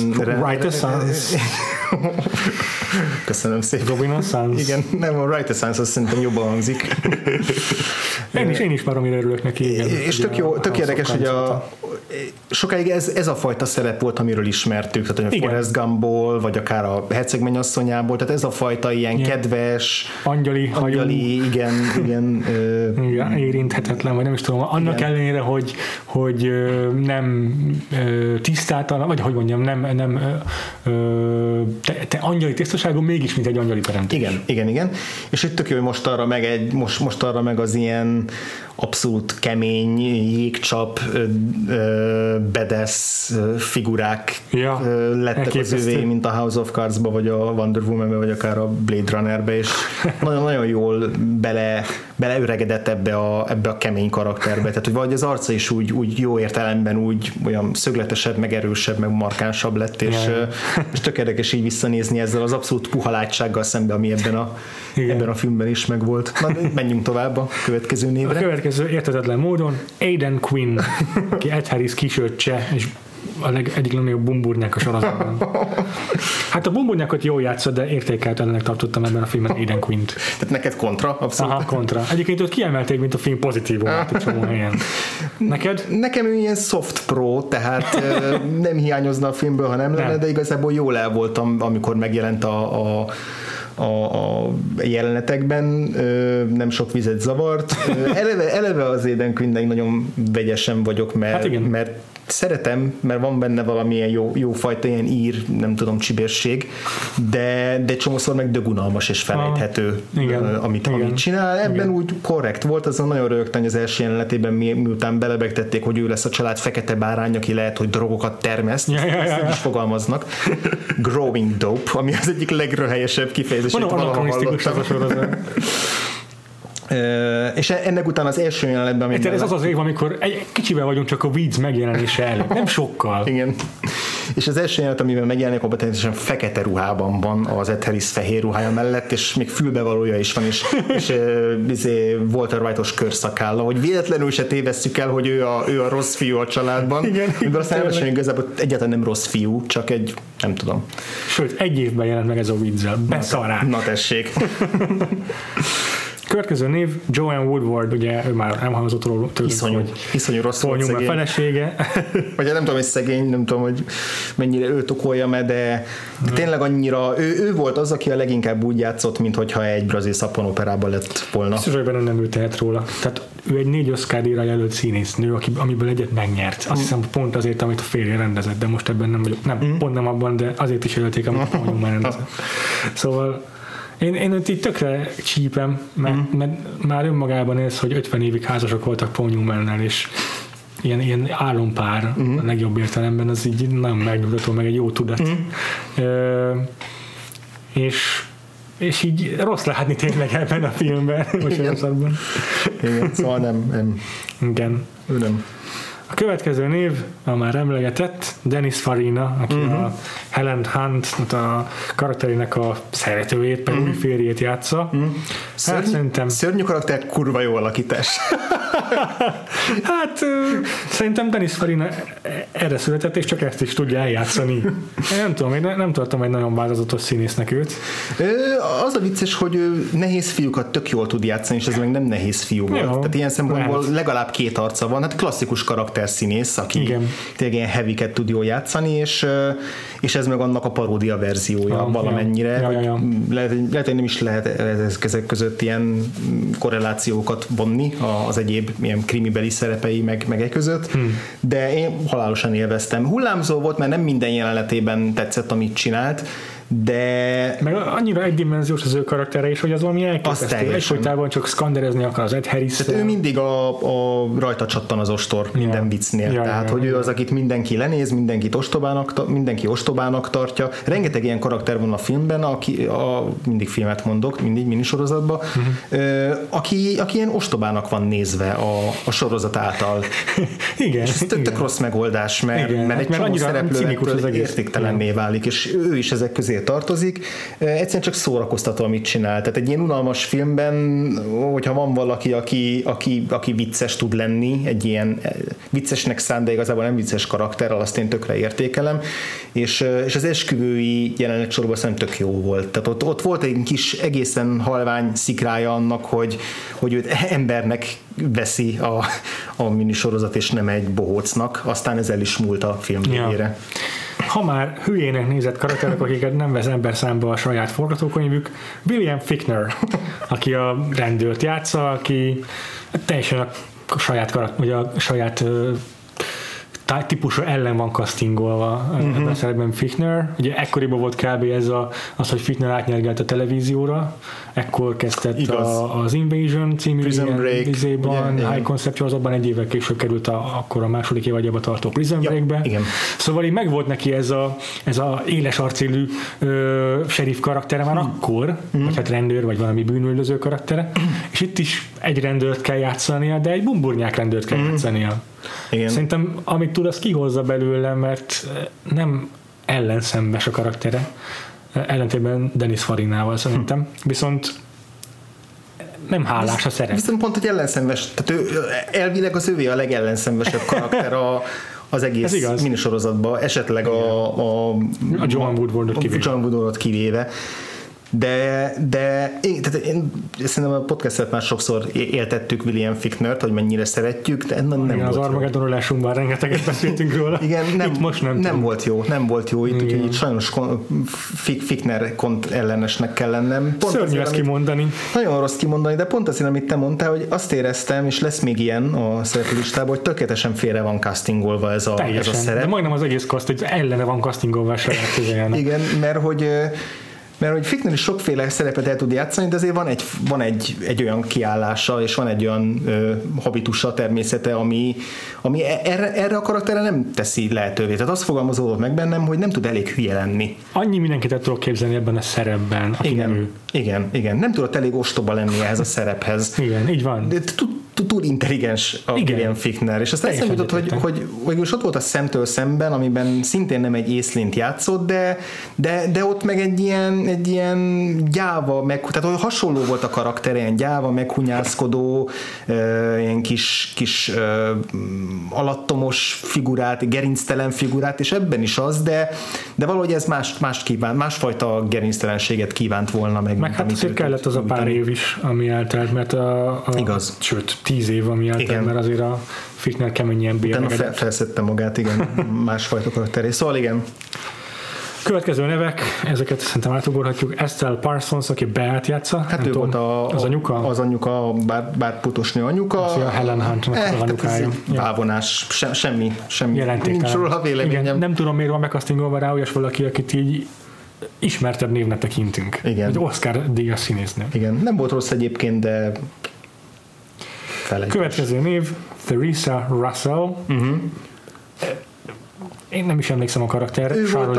B: köszönöm szépen.
A: Robin Sons.
B: Igen, nem, a Right-a-Sons az szerintem jobban hangzik.
A: Én is baromira örülök neki. Igen,
B: és tök érdekes, hogy sokáig ez a fajta szerep volt, amiről ismertük, tehát a Forrest Gumpból, vagy akár a Herceg mennyasszonyából, tehát ez a fajta ilyen kedves,
A: angyali
B: igen,
A: érinthetetlen, vagy nem is tudom, annak ellenére, hogy nem tisztátalan, vagy hogy mondjam, nem te angyali tisztaságú, mégis mint egy angyali teremtés.
B: Igen. És itt tök jó, hogy most arra meg az ilyen abszolút kemény, jégcsap, bedesz figurák lettek az övé, mint a House of Cards-ba, vagy a Wonder Woman-be, vagy akár a Blade Runner-be, és nagyon-nagyon jól beleöregedett ebbe a kemény karakterbe. Tehát, hogy valahogy az arca is úgy jó értelemben úgy olyan szögletesebb, meg erősebb, meg markánsabb lett, és tök érdekes így visszanézni ezzel az abszolút puha látsággal szembe, ami ebben a filmben is megvolt. Na, menjünk tovább a következő névre.
A: A következő érthetetlen módon Aidan Quinn, aki Ed Harris kisöccse, és egyik legnagyobb bumburnyák a sorozatban. Hát a bumburnyákat jól játszott, de értékeltelennek tartottam ebben a filmben Aidan Quint.
B: Tehát neked kontra? Abszolút.
A: Aha, kontra. Egyébként őt kiemelték, mint a film pozitívumát egy csomó helyen. Neked?
B: Nekem ő ilyen soft pro, tehát nem hiányozna a filmből, ha nem lenne, de igazából jól el voltam, amikor megjelent a jelenetekben, nem sok vizet zavart. Eleve az Aidan Quinnek nagyon vegyesen vagyok, mert szeretem, mert van benne valamilyen jó fajta ilyen nem tudom, csibérség, de csomószor meg dögunalmas és felejthető, amit csinál. Ebben úgy korrekt volt, azon nagyon rögtön az első jelenetében, miután belebegtették, hogy ő lesz a család fekete bárány, aki lehet, hogy drogokat termeszt, ezt is fogalmaznak. Growing dope, ami az egyik legröhelyesebb kifejezés, amit valaha hallottam. És ennek után az első jelenetben, amiben...
A: Ez az év, amikor egy kicsivel vagyunk csak a Weeds megjelenése előtt, nem sokkal.
B: Igen. És az első jelenet, amiben megjelenik, abban természetesen fekete ruhában van az Ed Harris fehér ruhája mellett, és még fülbevalója is van, és Walter White-os körszakálla, hogy véletlenül se tévesszük el, hogy ő a rossz fiú a családban. Igen, de aztán elmesélni, hogy igazából egyáltalán nem rossz fiú, csak egy, nem tudom.
A: Sőt, egy évben jelent meg ez a Weeds-el. Beszarás.
B: Na tessék.
A: Következő név Joanne Woodward, ugye ő már nem hangzott róla tőlünk,
B: iszonyú rossz volt szegény.
A: Felesége.
B: Vagy nem tudom, hogy szegény, nem tudom, hogy mennyire őt okolja, de tényleg annyira, ő volt az, aki a leginkább úgy játszott, mintha egy brazil szappanoperában lett volna.
A: Biztos, hogy benne nem ő tehet róla. Tehát ő egy 4 Oscar-díjra jelölt színésznő, amiből egyet megnyert. Azt hiszem pont azért, amit a férje rendezett, de most ebben nem vagyok. Nem, pont nem abban, de azért is jelölték, amit a Paul Newman rendezett. Szóval én őt így tökre csípem, mert már önmagában ez, hogy 50 évig házasok voltak Paul Newmannel, és ilyen álompár a legjobb értelemben, az így nagyon megnyugtató, meg egy jó tudat. És így rossz látni tényleg ebben a filmben.
B: Igen, szóval nem.
A: Igen.
B: Ő nem.
A: A következő név, a már emlegetett, Dennis Farina, aki a Helen Hunt, a karakterének a szeretőjét, pedig új férjét játsza.
B: Szörnyű karakter, kurva jó alakítás.
A: Hát szerintem Dennis Farina erre született, és csak ezt is tudja eljátszani. Én nem tudom, én nem tartom egy nagyon változatos színésznek őt.
B: Az a vicces, hogy ő nehéz fiúkat tök jól tud játszani, és ez meg nem nehéz fiú volt. Jó, tehát ilyen szempontból legalább 2 arca van, hát klasszikus karakterszínész, aki tényleg ilyen heavyket tud jól játszani, és ez meg annak a paródia verziója valamennyire. Lehet, hogy nem is lehet ezek között ilyen korrelációkat vonni az egyéb ilyen krimibeli szerepei meg között, de én halálosan élveztem. Hullámzó volt, mert nem minden jelenetében tetszett, amit csinált, de...
A: Meg annyira egydimenziós az ő karaktere is, hogy az valami elképesztő. Egyfolytában csak szkanderezni akar az Ed Harris.
B: Tehát ő mindig a rajta csattan az ostor minden viccnél. Tehát, hogy ő az, akit mindenki lenéz, mindenki ostobának tartja. Rengeteg ilyen karakter van a filmben, mindig filmet mondok, mindig minisorozatban, aki ilyen ostobának van nézve a sorozat által.
A: Igen.
B: És ez tök rossz megoldás, mert egy csomó szereplő értéktelenné válik, és ő is ezek közé tartozik. Egyszerűen csak szórakoztató, amit csinál. Tehát egy ilyen unalmas filmben, hogyha van valaki, aki vicces tud lenni, egy ilyen viccesnek szánt, de igazából nem vicces karakterrel, azt én tökre értékelem, és az esküvői jelenetsorban szerintem tök jó volt. Tehát ott volt egy kis egészen halvány szikrája annak, hogy őt embernek veszi a minisorozat, és nem egy bohócnak. Aztán ez el is múlt a film végére.
A: Ha már hülyének nézett karakterek, akiket nem vesz ember számba a saját forgatókönyvük, William Fichtner, aki a rendőrt játsza, aki teljesen a saját típusa ellen van castingolva ebben a szerepben Fichtner. Ugye ekkoriban volt kb. Az, hogy Fichtner átnyergelt a televízióra, ekkor kezdett az Invasion című High Concept sorozatban, egy évvel később került akkor a második évadjába tartó Prison Breakbe. Szóval így megvolt neki ez a éles arcélű sheriff karaktere már akkor, vagy hát rendőr, vagy valami bűnüldöző karaktere, és itt is egy rendőrt kell játszania, de egy bumburnyák rendőrt kell játszania. Igen. Szerintem amit tud, az kihozza belőle, mert nem ellenszembes a karaktere, ellentétben Dennis Farinával szerintem, viszont nem hálás a szerep.
B: Viszont pont, hogy ellenszembes, tehát elvileg az ővé a legellenszenvesebb karakter az egész minisorozatban, esetleg a
A: Joanne Woodwardot kivéve.
B: De én szerintem a podcastet már sokszor éltettük William Fichtnert, hogy mennyire szeretjük, de nem
A: igen,
B: volt
A: az Armageddon-olásunkban rengeteget beszéltünk róla.
B: Igen, nem volt jó itt, úgyhogy itt sajnos Fichtner kont ellenesnek kell lennem.
A: Szörnyű ezt kimondani.
B: Nagyon rossz kimondani, de pont azért, amit te mondtál, hogy azt éreztem, és lesz még ilyen a szereplőlistában, hogy tökéletesen félre van castingolva ez a szerep.
A: De majdnem az egész cast, hogy ellene van castingolva a saját közéjének.
B: Igen, mert hogy Mert hogy Fichtner is sokféle szerepet el tud játszani, de azért van egy olyan kiállása, és van egy olyan habitusa, természete, ami erre a karakterre nem teszi lehetővé. Tehát azt fogalmazódott meg bennem, hogy nem tud elég hülye lenni.
A: Annyi mindenkit el tudok képzelni ebben a szerepben, aki nem ő.
B: Igen. Nem tudott elég ostoba lenni ehhez a szerephez.
A: Igen, így van.
B: De túl intelligens a William Fichtner, és azt eszembe jutott, hogy most ott volt a Szemtől szemben, amiben szintén nem egy észlént játszott, de ott meg egy ilyen gyáva, tehát hasonló volt a karakter, ilyen gyáva, meghunyászkodó, ilyen kis alattomos figurát, gerinctelen figurát, és ebben is az, de valahogy ez más kívánt, másfajta gerinctelenséget kívánt volna meg.
A: Meg hát azért kellett az a pár év is, ami eltelt, mert
B: igaz.
A: Sőt, 10 év, ami eltelt, mert azért a Fichtner keményen bír.
B: Utána felszedte magát, igen, másfajta karakteré. Szóval igen.
A: Következő nevek, ezeket szerintem átugorhatjuk. Estelle Parsons, aki Beát játsza.
B: Hát ő volt
A: az anyuka?
B: Az anyuka, bár putosnő anyuka.
A: Az a Helen Huntnak az anyukája.
B: Bávonás, semmi nincs róla véleményem.
A: Igen, nem tudom, miért van megkasztingolva rá olyas valaki, akit így ismertebb névnek tekintünk.
B: Igen.
A: Egy Oscar-díjas színésznő.
B: Igen, nem volt rossz egyébként, de
A: Következő név, Theresa Russell. Én nem is emlékszem a karakterre.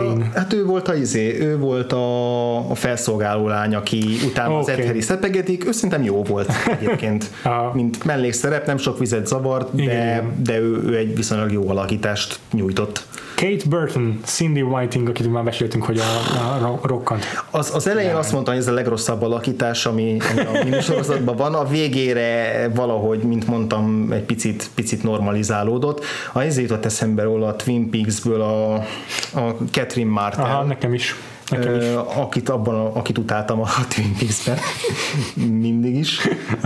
B: Ő volt a felszolgáló lány, aki utána az Ed Harris szepegetik. Ő szerintem jó volt egyébként. Mint mellékszerep, nem sok vizet zavart, de ő egy viszonylag jó alakítást nyújtott.
A: Kate Burton, Cindy Whiting, akit már beszéltünk, hogy a rokkant.
B: Az elején azt mondta, hogy ez a legrosszabb alakítás, ami a minisorozatban van. A végére valahogy, mint mondtam, egy picit normalizálódott. Ezért jutott eszembe róla a Twin Peaksből a Catherine Martel.
A: Aha, nekem is.
B: Akit utáltam a Twin Peaks-ben mindig is,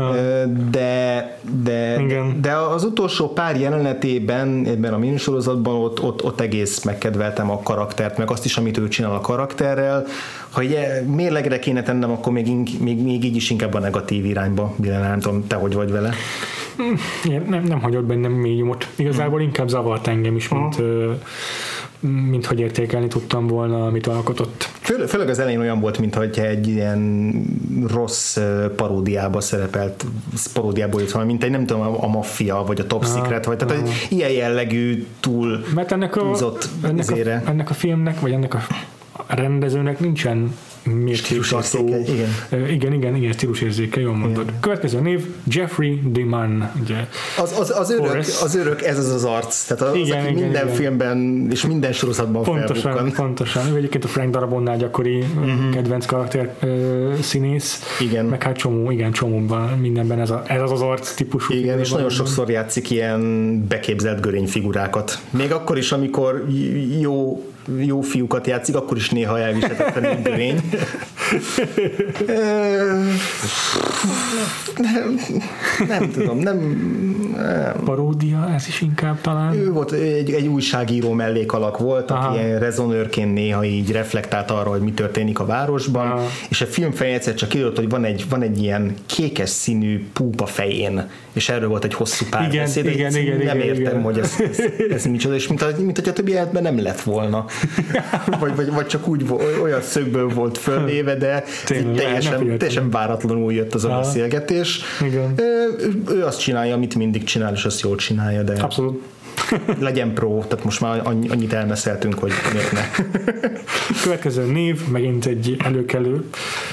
B: de az utolsó pár jelenetében ebben a minisorozatban ott egész megkedveltem a karaktert, meg azt is, amit ő csinál a karakterrel. Ha mérlegre kéne tennem, akkor még így is inkább a negatív irányba. Nem tudom, te hogy vagy vele?
A: Nem hagyott bennem mélyumot. Igazából inkább zavart engem is, mint hogy értékelni tudtam volna, amit alkotott.
B: Főleg az elején olyan volt, mintha egy ilyen rossz paródiába szerepelt, paródiából jött valami, mint egy nem tudom, a Maffia, vagy a Top Secret, vagy tehát egy ilyen jellegű túlzott
A: ennek a filmnek, vagy ennek a rendezőnek nincsen
B: stílusérzéke,
A: igen, stílusérzéke, jól mondod. Következő név, Jeffrey DeMunn.
B: Az örök, ez az arc. Tehát aki minden filmben és minden sorozatban felbukkan.
A: Pontosan. Ő egyébként a Frank darabonnál gyakori kedvenc karakter színész.
B: Igen.
A: Meg hát csomóban mindenben ez az arc típusú.
B: Igen, és nagyon sokszor játszik ilyen beképzelt görényfigurákat. Még akkor is, amikor jó fiúkat játszik, akkor is néha elviselhetetlen egy görény. Nem tudom,
A: paródia, ez is inkább talán.
B: Ő volt egy újságíró mellékalak volt, aki ilyen rezonőrként néha így reflektált arra, hogy mi történik a városban, és a film fején egyszer csak kiderült, hogy van egy ilyen kékes színű púpa fején, és erről volt egy hosszú párbeszéd. Nem értem, hogy ez micsoda, és mint hogy a többi életben nem lett volna. vagy csak olyan szögből volt fölvéve, de teljesen váratlanul jött az a beszélgetés. Ő azt csinálja, amit mindig csinál, és azt jól csinálja, de
A: abszolút.
B: Legyen pro, tehát most már annyit elmeszeltünk, hogy miért ne.
A: Következő név, megint egy előkelő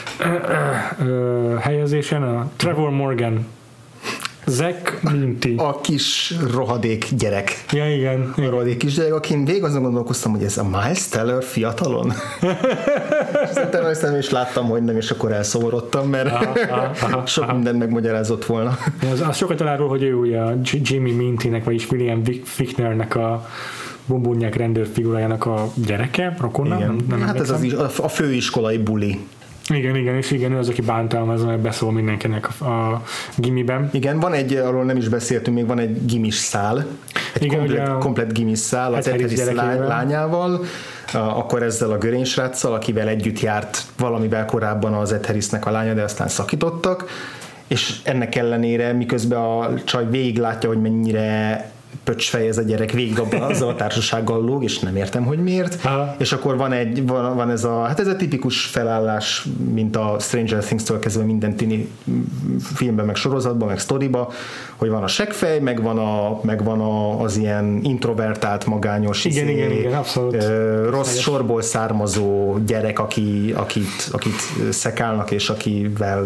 A: helyezésen, a Trevor Morgan. Zack Minty.
B: A kis rohadék gyerek.
A: Ja, igen.
B: A rohadék kis gyerek, akin végig azon gondolkoztam, hogy ez a Miles Teller fiatalon. Aztán is láttam, hogy nem, és akkor elszomorodtam, mert sok mindent megmagyarázott volna.
A: Az sokat elárul, hogy ő ugye a Jimmy Mintynek, vagyis William Fichtnernek a bombóniák rendőr figurájának a gyereke, rokona.
B: Nem hát ez a főiskolai buli.
A: Igen, és igen, ő az, aki bántalmazza, mert beszól mindenkinek a gimiben.
B: Igen, van arról nem is beszéltünk, még van egy gimis szál, komplet gimis szál az Ed Harris lányával, akkor ezzel a görénysráccal, akivel együtt járt valamivel korábban az Ed Harrisnek a lánya, de aztán szakítottak, és ennek ellenére, miközben a csaj végig látja, hogy mennyire pöcsfej ez a gyerek végigdobban azzal a társasággal lóg, és nem értem, hogy miért. Aha. És akkor van ez a tipikus felállás, mint a Stranger Things-től kezdve minden tini filmben, meg sorozatban, meg sztoriba, hogy van a seggfej, meg van az ilyen introvertált, magányos,
A: igen, abszolút.
B: Rossz sorból származó gyerek, akit szekálnak, és akivel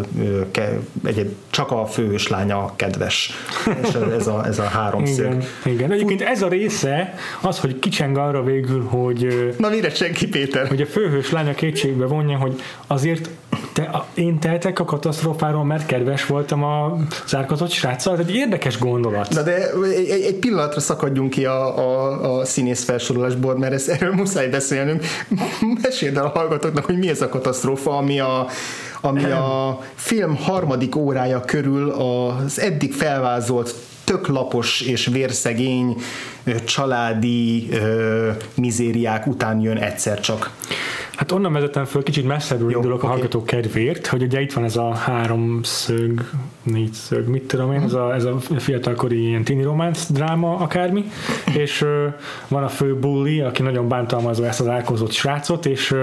B: csak a főhős lánya kedves. És ez a háromszög.
A: Igen. Egyébként ez a része az, hogy kicseng arra végül, hogy
B: na mire senki, Péter?
A: Hogy a főhős lánya kétségbe vonja, hogy azért én tehetek a katasztrófáról, mert kedves voltam a zárkozott sráccal. Ez egy érdekes gondolat.
B: Na de egy pillanatra szakadjunk ki a színész felsorolásból, mert erről muszáj beszélnünk. Meséld el a hallgatóknak, hogy mi ez a katasztrófa, ami a film harmadik órája körül az eddig felvázolt tök lapos és vérszegény családi mizériák után jön egyszer csak.
A: Hát onnan vezetem föl, kicsit messzebbről indulok a hallgatók kedvéért, hogy ugye itt van ez a háromszög, négyszög, mit tudom én, ez a fiatalkori ilyen tini románc dráma akármi, és van a fő bully, aki nagyon bántalmazza ezt az árkozott srácot, és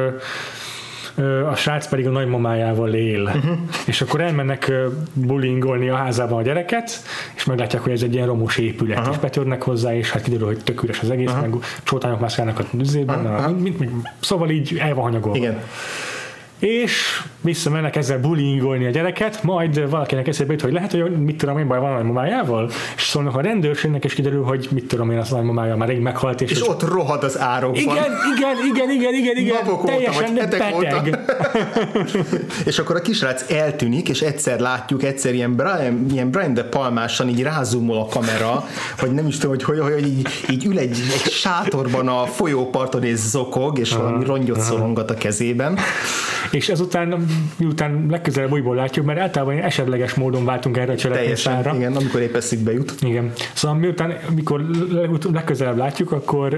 A: a srác pedig a nagymamájával él. És akkor elmennek bullyingolni a házában a gyereket, és meglátják, hogy ez egy ilyen romos épület, és betörnek hozzá, és hát kiderül, hogy tök üres az egész, meg csótányok mászkálnak a tüzében, szóval így el van hanyagolva.
B: Igen.
A: És visszamennek ezzel bullyingolni a gyereket, majd valakinek eszébe jut, hogy lehet, hogy mit tudom én, baj van a nagymamájával, és szólnak a rendőrségnek, és kiderül, hogy mit tudom én, az nagymamája már rég meghalt.
B: És ott rohad az árokban.
A: Igen,
B: napok
A: teljesen
B: óta, vagy hetek
A: beteg.
B: És akkor a kisrác eltűnik, és egyszer látjuk, ilyen Brian De Palmásan így rázumol a kamera, hogy nem is tudom, hogy így ül egy sátorban a folyóparton és zokog, és valami rongyot szorongat a kezében.
A: És ezután, miután legközelebb újból látjuk, mert általában esetleges módon váltunk erre a cselekményszára.
B: Igen, amikor épp eszükbe jut.
A: Igen. Szóval amikor legközelebb látjuk, akkor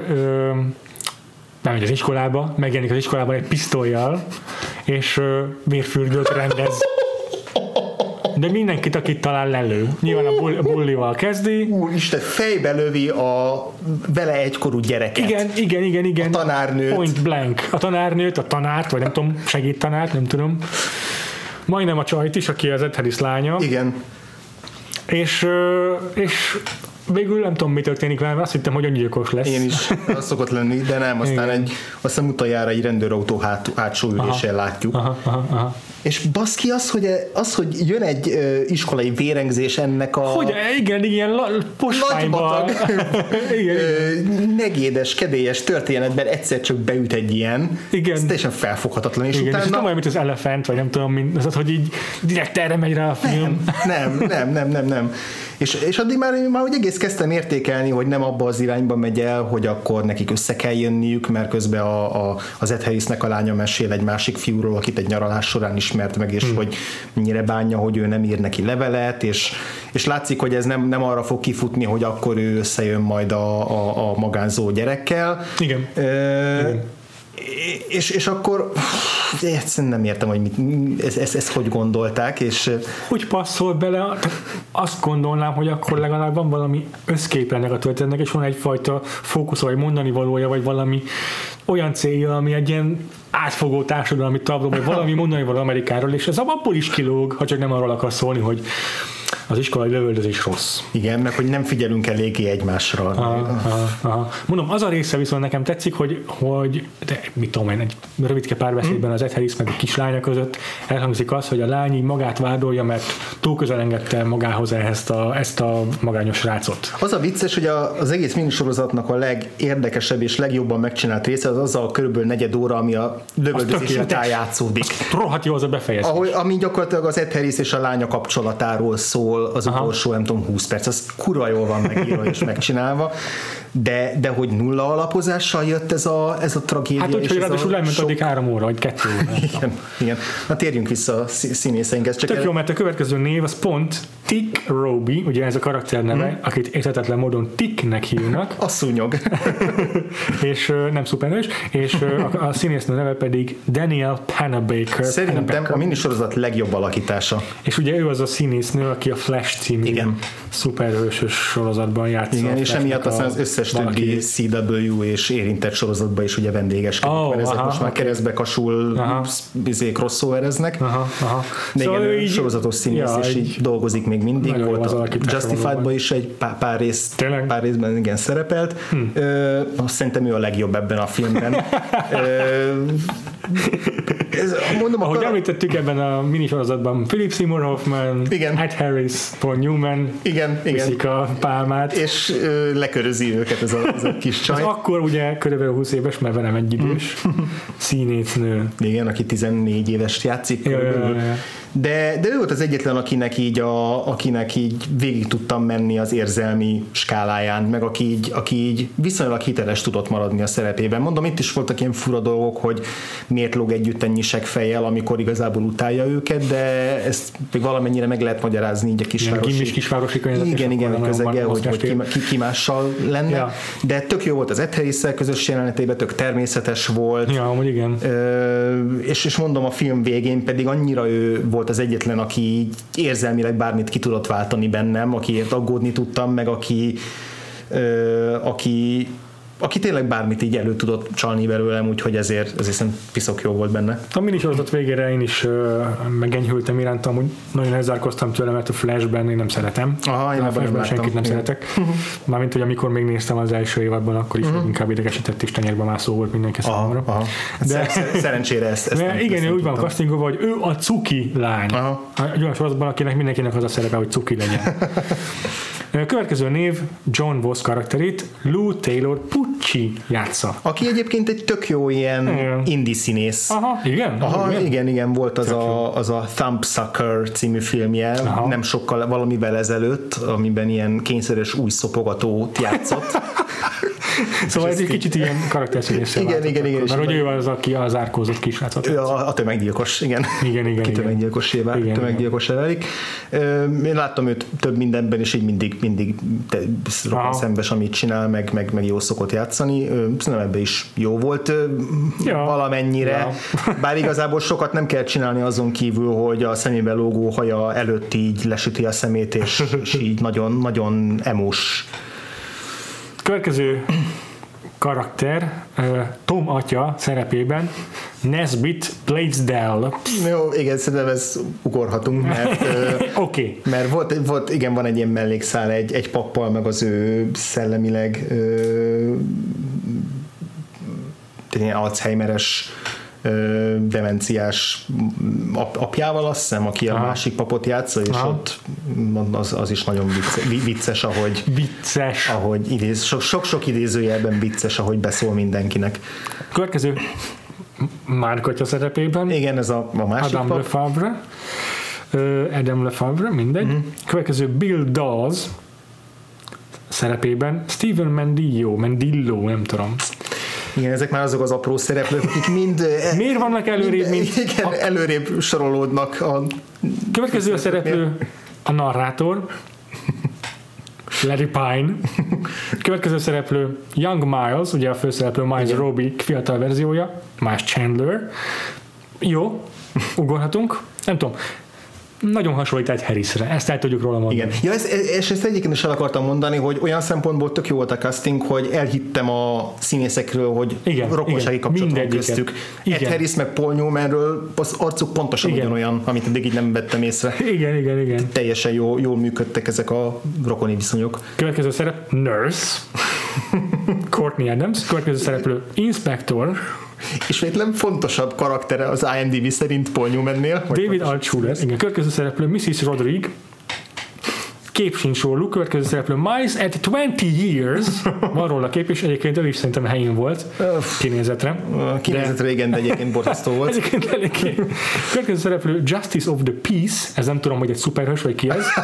A: bemegy az iskolába, megjelenik az iskolában egy pisztollyal, és vérfürdőt rendez. De mindenkit, akit talán lelő. Nyilván a bullival kezdi.
B: Úristen, fejbe lövi a vele egykorú gyereket.
A: Igen.
B: A tanárnőt.
A: Point blank. A tanárnőt, a tanárt, vagy nem tudom, segédtanárt, nem tudom. Majdnem a csajt is, aki az Ed Harris lánya.
B: Igen.
A: És végül nem tudom, mi történik vele, azt hittem, hogy öngyilkos lesz.
B: Én is, az szokott lenni, de nem, aztán aztán utoljára egy rendőrautó hátsó ülésen látjuk.
A: Aha.
B: És baszki hogy jön egy iskolai vérengzés ennek a...
A: Hogy igen, ilyen posványban.
B: Negédes, kedélyes történetben egyszer csak beüt egy ilyen.
A: Igen.
B: Ez teljesen felfoghatatlan. És utána...
A: és nem olyan, mint az Elephant, vagy nem tudom, az, hogy így direkt erre megy rá a film.
B: Nem. És addig már úgy egész kezdtem értékelni, hogy nem abba az irányba megy el, hogy akkor nekik össze kell jönniük, mert közben az Ed Harrisnek a lánya mesél egy másik fiúról, akit egy nyaralás során ismert meg, és hogy mennyire bánja, hogy ő nem ír neki levelet, és látszik, hogy ez nem arra fog kifutni, hogy akkor ő összejön majd a magánzó gyerekkel.
A: Igen.
B: És akkor egyszerűen nem értem, hogy ezt hogy gondolták, és...
A: Úgy passzol bele, azt gondolnám, hogy akkor legalább van valami összkép ennek a történetnek, és van egyfajta fókusz, vagy mondani valója, vagy valami olyan célja, ami egy ilyen átfogó társadalmi tabló, vagy valami mondani való Amerikáról, és ez abból is kilóg, ha csak nem arról akar szólni, hogy az iskolai lövöldözés rossz.
B: Igen, meg hogy nem figyelünk eléggé egymásra.
A: Aha. Mondom, az a része viszont nekem tetszik, hogy de mit tudom én, egy rövidke párbeszédben az Ed Harris meg a kislánya között elhangzik az, hogy a lány magát vádolja, mert túl közel engedte magához ezt a magányos rácot.
B: Az a vicces, hogy az egész minisorozatnak a legérdekesebb és legjobban megcsinált része az a körülbelül negyed óra, ami a lövöldözés után játszódik.
A: Rohadt jó az a befejezés.
B: Ami gyakorlatilag az Ed Harris és a lánya kapcsolatáról szól az utolsó, nem tudom, 20 perc. Az kurva jól van megírva és megcsinálva. de hogy nulla alapozással jött ez a tragédia.
A: Hát úgy, hogy ráadásul lement addig 3 óra, vagy 2 óra.
B: Igen. Na térjünk vissza a színészeinkhez.
A: Tök jó, mert a következő név az pont Tick Roby, ugye ez a karakter neve, akit érthetetlen módon Ticknek hívnak.
B: A szúnyog.
A: És nem szuperhős, és a színésznő neve pedig Danielle Panabaker.
B: Szerintem a minisorozat legjobb alakítása.
A: És ugye ő az a színésznő, aki a Flash című szuperhősös sorozatban játszott.
B: Igen, és emiatt aztán az összes többi CW és érintett sorozatban is ugye vendégeskedik, mert ezek most már keresztbe kasul crossovereznek. De igen, szóval sorozatos színész, és így dolgozik még mindig. Volt a Justified-ban is egy pár részben igen szerepelt. Szerintem ő a legjobb ebben a filmben.
A: Mondom, ahogy említettük ebben a minisorozatban, Philip Seymour Hoffman, Ed Harris, Paul Newman viszik a pálmát.
B: És lekörözi őket ez a kis csaj.
A: Az akkor ugye körülbelül 20 éves, mert velem egy idős színésznő.
B: Igen, aki 14 éves játszik körülbelül. De ő volt az egyetlen, akinek így végig tudtam menni az érzelmi skáláján, meg aki így viszonylag hiteles tudott maradni a szerepében. Mondom, itt is voltak ilyen fura dolgok, hogy miért lóg együtt ennyi seggfejjel, amikor igazából utálja őket, de ezt még valamennyire meg lehet magyarázni így a
A: kisvárosi
B: igen, közeggel, hogy ki mással lenne. Ja. De tök jó volt az Ed Harris-szel közös jelenetében, tök természetes volt.
A: Ja, hogy igen.
B: És mondom, a film végén pedig annyira ő volt az egyetlen, aki érzelmileg bármit ki tudott váltani bennem, akiért aggódni tudtam, meg aki tényleg bármit így elő tudott csalni belőlem, úgyhogy ezért szerintem piszok jó volt benne.
A: A minisorozat végére én is megenyhültem iránta, amúgy nagyon elzárkoztam tőle, mert a Flashben én nem szeretem.
B: Aha, én
A: a Flashben senkit nem szeretek. Mármint, hogy amikor még néztem az első évadban, akkor is inkább idegesített és tenyérbe mászó volt mindenki számára.
B: De szerencsére ezt
A: igen, úgy van castingolva, hogy ő a cuki lány. Egy olyan sorozatban, akinek mindenkinek az a szerepe, hogy cuki legyen. Következő név John Voss karakterét Lou Taylor Pucci játsza.
B: Aki egyébként egy tök jó ilyen indie színész. Igen, volt az a Thumbsucker című filmje, nem sokkal valamivel ezelőtt, amiben ilyen kényszeres új szopogatót játszott.
A: Szóval ez egy kicsit ilyen karakterszínéssel
B: igen.
A: Mert hogy ő az, aki az árkózott kisrácot.
B: A tömeggyilkos, igen.
A: Igen.
B: Tömeggyilkossá válik. Én láttam őt több mindenben, és így mindig roppant szembes, amit csinál, meg jó szokott játszani. Szerintem ebben is jó volt valamennyire. Bár igazából sokat nem kell csinálni azon kívül, hogy a szemébe lógó haja előtt így lesüti a szemét, és így nagyon emós.
A: Következő karakter Tom atya szerepében Nesbitt Blaisdell.
B: Jó, igen, szerintem ezt ugorhatunk, mert, mert volt, van egy ilyen mellékszál egy pappal, meg az ő szellemileg ilyen Alzheimeres demenciás apjával, azt hiszem, aki a másik papot játsza, és ott az is nagyon vicces, ahogy sok idézőjelben vicces, ahogy beszól mindenkinek.
A: Következő Mark atya szerepében.
B: Igen, ez a másik
A: Adam Lefebvre, mindegy. Következő Bill Dawes szerepében Stephen Mendillo, nem tudom.
B: Igen, ezek már azok az apró szereplők, akik mind...
A: Miért vannak előrébb,
B: előrébb sorolódnak.
A: Következő a szereplő a narrátor, Larry Pine. Következő szereplő Young Miles, ugye a főszereplő Miles Roby fiatal verziója, Miles Chandler. Jó, ugorhatunk. Nem tudom, nagyon hasonlít egy Harrisre, ezt el tudjuk róla mondani.
B: Igen. Ja, ezt egyébként is el akartam mondani, hogy olyan szempontból tök jó volt a casting, hogy elhittem a színészekről, hogy rokonsági kapcsolat van köztük. Ed Harris meg Paul Newmanről az arcuk pontosan ugyanolyan, amit eddig így nem vettem észre.
A: Igen.
B: Teljesen jól működtek ezek a rokoni viszonyok.
A: Következő szerep Nurse, Courtney Adams. Következő szereplő Inspector.
B: Ismétlen fontosabb karaktere az IMDb szerint Paul Newmannél.
A: David Altshuler. Igen, következő szereplő Mrs. Rodriguez. kép sincs róluk, következő szereplő Miles at 20 years, van róla kép, és egyébként ő is szerintem helyén volt kinézetre.
B: Kinézetre igen, de egyébként borzasztó volt.
A: Egyébként eléggé. Következő szereplő Justice of the Peace, ez nem tudom, hogy egy szuperhős, vagy ki ez.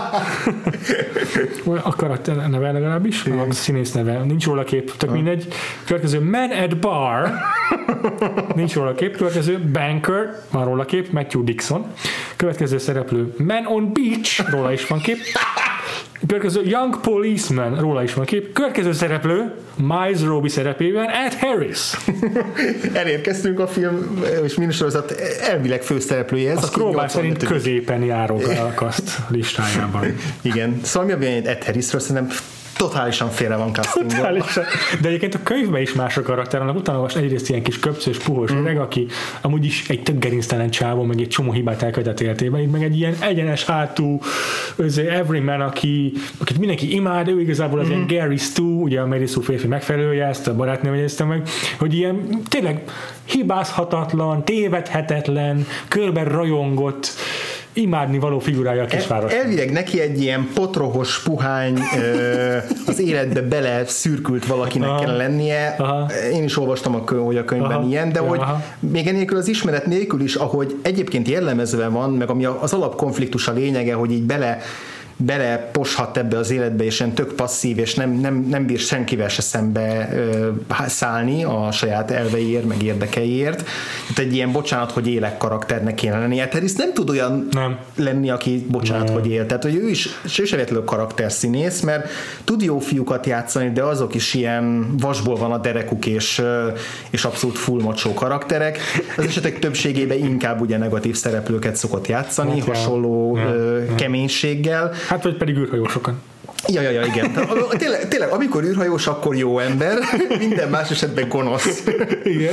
A: A karakter neve legalábbis, a színész neve, nincs róla kép, tök mindegy. Következő Man at Bar, nincs róla kép. Következő Banker, van róla kép, Matthew Dixon. Következő szereplő Man on Beach, róla is van kép. Következő Young Policeman, róla is van kép. Következő szereplő Miles Robbie szerepében Ed Harris.
B: Elérkeztünk a film és minisorozat elvileg főszereplőjéhez.
A: A Scrollbar szerint középen járok a kaszt listájában.
B: Igen. Szóval mi a Ed Harrisről szerintem totálisan félre van castingolva.
A: Totálisan. De egyébként a könyvben is más a karakter, annak utána olvasni egyrészt ilyen kis köpcös, puhos öreg, aki amúgy is egy tök gerinctelen csávó, meg egy csomó hibát elkövetett életében, így meg egy ilyen egyenes hátú everyman, akit mindenki imád, ő igazából az ilyen Gary Stu, ugye a Mary Sue férfi megfelelője, ezt a barátnőm jegyezte meg, hogy ilyen tényleg hibázhatatlan, tévedhetetlen, körben rajongott, imádni való figurája a kisváros.
B: Elvileg neki egy ilyen potrohos puhány az életbe bele szürkült valakinek kell lennie. Aha. Én is olvastam, hogy a könyvben ilyen, de hogy még enélkül az ismeret nélkül is, ahogy egyébként jellemezve van, meg ami az alapkonfliktus a lényege, hogy így beleposhat ebbe az életbe, és ilyen tök passzív, és nem bír senkivel se szembe szállni a saját elveiért, meg érdekeiért. Tehát egy ilyen bocsánat, hogy élek karakternek kéne lenni. Hát Harris nem tud olyan lenni, aki bocsánat, hogy él. Tehát, hogy ő is véletlenül karakterszínész, mert tud jó fiúkat játszani, de azok is ilyen vasból van a derekuk, és abszolút full macsó karakterek. Az esetek többségében inkább ugye negatív szereplőket szokott játszani, hasonló keménységgel.
A: Hát vagy pedig űrhajósokan.
B: Ja, igen. Tényleg, amikor űrhajós, akkor jó ember, minden más esetben gonosz.
A: Igen.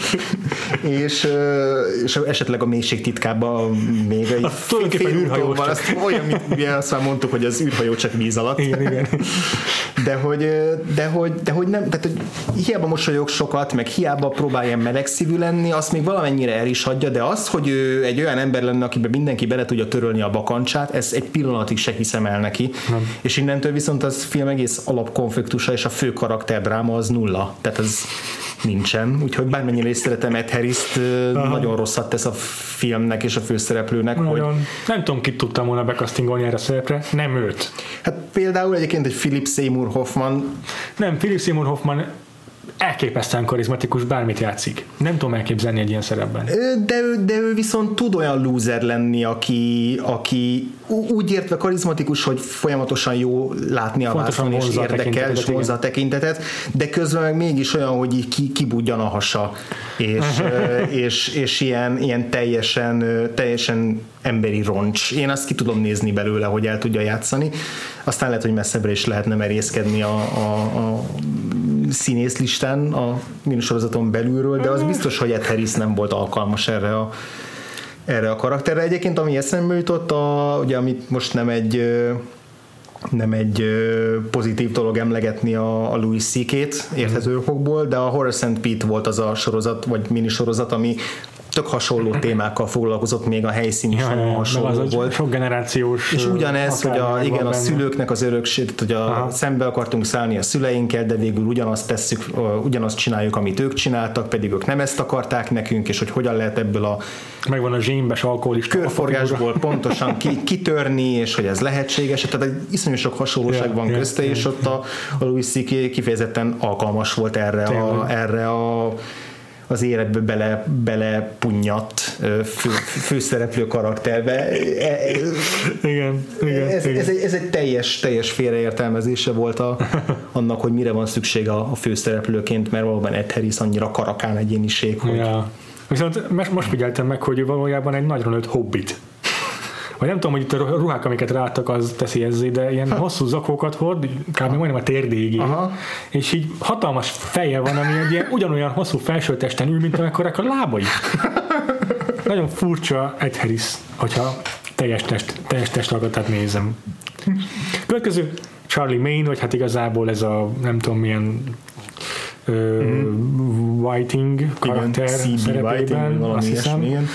B: és esetleg a mélység titkában még egy
A: tulajdonképpen űrhajós csak.
B: Olyan, mint azt már mondtuk, hogy az űrhajó csak víz alatt.
A: Igen.
B: De hogy nem, tehát hogy hiába mosolyog sokat, meg hiába próbálja melegszívű lenni, azt még valamennyire el is hagyja, de az, hogy ő egy olyan ember lenne, akiben mindenki bele tudja törölni a bakancsát, ez egy pillanatig se hiszem el neki. Nem. És innentől viszont az film egész alapkonfliktusa és a fő karakterdráma az nulla. Tehát ez nincsen. Úgyhogy bármennyire is szeretem Ed Harrist, nagyon rosszat tesz a filmnek és a főszereplőnek. Hogy...
A: Nem tudom, kit tudtam volna bekasztingolni erre a szerepre. Nem őt.
B: Hát például egyébként egy Philip Seymour Hoffman.
A: Nem, Philip Seymour Hoffman elképesztően karizmatikus, bármit játszik. Nem tudom elképzelni egy ilyen szerepben.
B: De ő viszont tud olyan loser lenni, aki úgy értve karizmatikus, hogy folyamatosan jó látni a vászon, és érdekel, és vonzza a tekintetet, de közben meg mégis olyan, hogy így kibudjan a hasa, és ilyen teljesen emberi roncs. Én azt ki tudom nézni belőle, hogy el tudja játszani. Aztán lehet, hogy messzebbre is lehetne merészkedni a színészlistán a minisorozaton belülről, de az biztos, hogy Ed Harris nem volt alkalmas erre a karakterre. Egyébként, ami eszembe jutott, ugye, amit most nem egy pozitív dolog emlegetni a Louis C.K.-t érthető okokból, de a Horace and Pete volt az a sorozat, vagy minisorozat, ami tök hasonló témákkal foglalkozott, még a helyszín is nagyon hasonló volt.
A: Sok generációs.
B: És ugyanez, hogy a szülőknek az örökség, hogy szembe akartunk szállni a szüleinkkel, de végül ugyanazt tesszük, ugyanazt csináljuk, amit ők csináltak, pedig ők nem ezt akarták nekünk, és hogy hogyan lehet ebből a
A: megvan a zsémbes alkoholista
B: körforgásból pontosan kitörni, és hogy ez lehetséges. Tehát egy iszonyú sok hasonlóság van közte, és ott a Louis C.K. kifejezetten alkalmas volt erre az életbe bele punnyadt főszereplő karakterbe.
A: Igen.
B: Ez egy teljes félreértelmezése volt annak, hogy mire van szüksége a főszereplőként, mert valóban Ed Harris annyira karakán egyéniség, hogy...
A: Ja. Viszont most figyeltem meg, hogy valójában egy nagyra nőtt hobbit. Vagy nem tudom, hogy itt a ruhák, amiket ráadtak, az teszi ezzé, de ilyen hosszú zakókat hord, kb. Majdnem a térdéig, és így hatalmas feje van, ami egy ilyen ugyanolyan hosszú felsőtesten ül, mint amekkorák a lábai. Nagyon furcsa Ed Harris, hogyha teljes testalkatát nézem. Következő Charlie Mayne, vagy hát igazából ez a nem tudom milyen Whiting karakter szerepében, azt hiszem.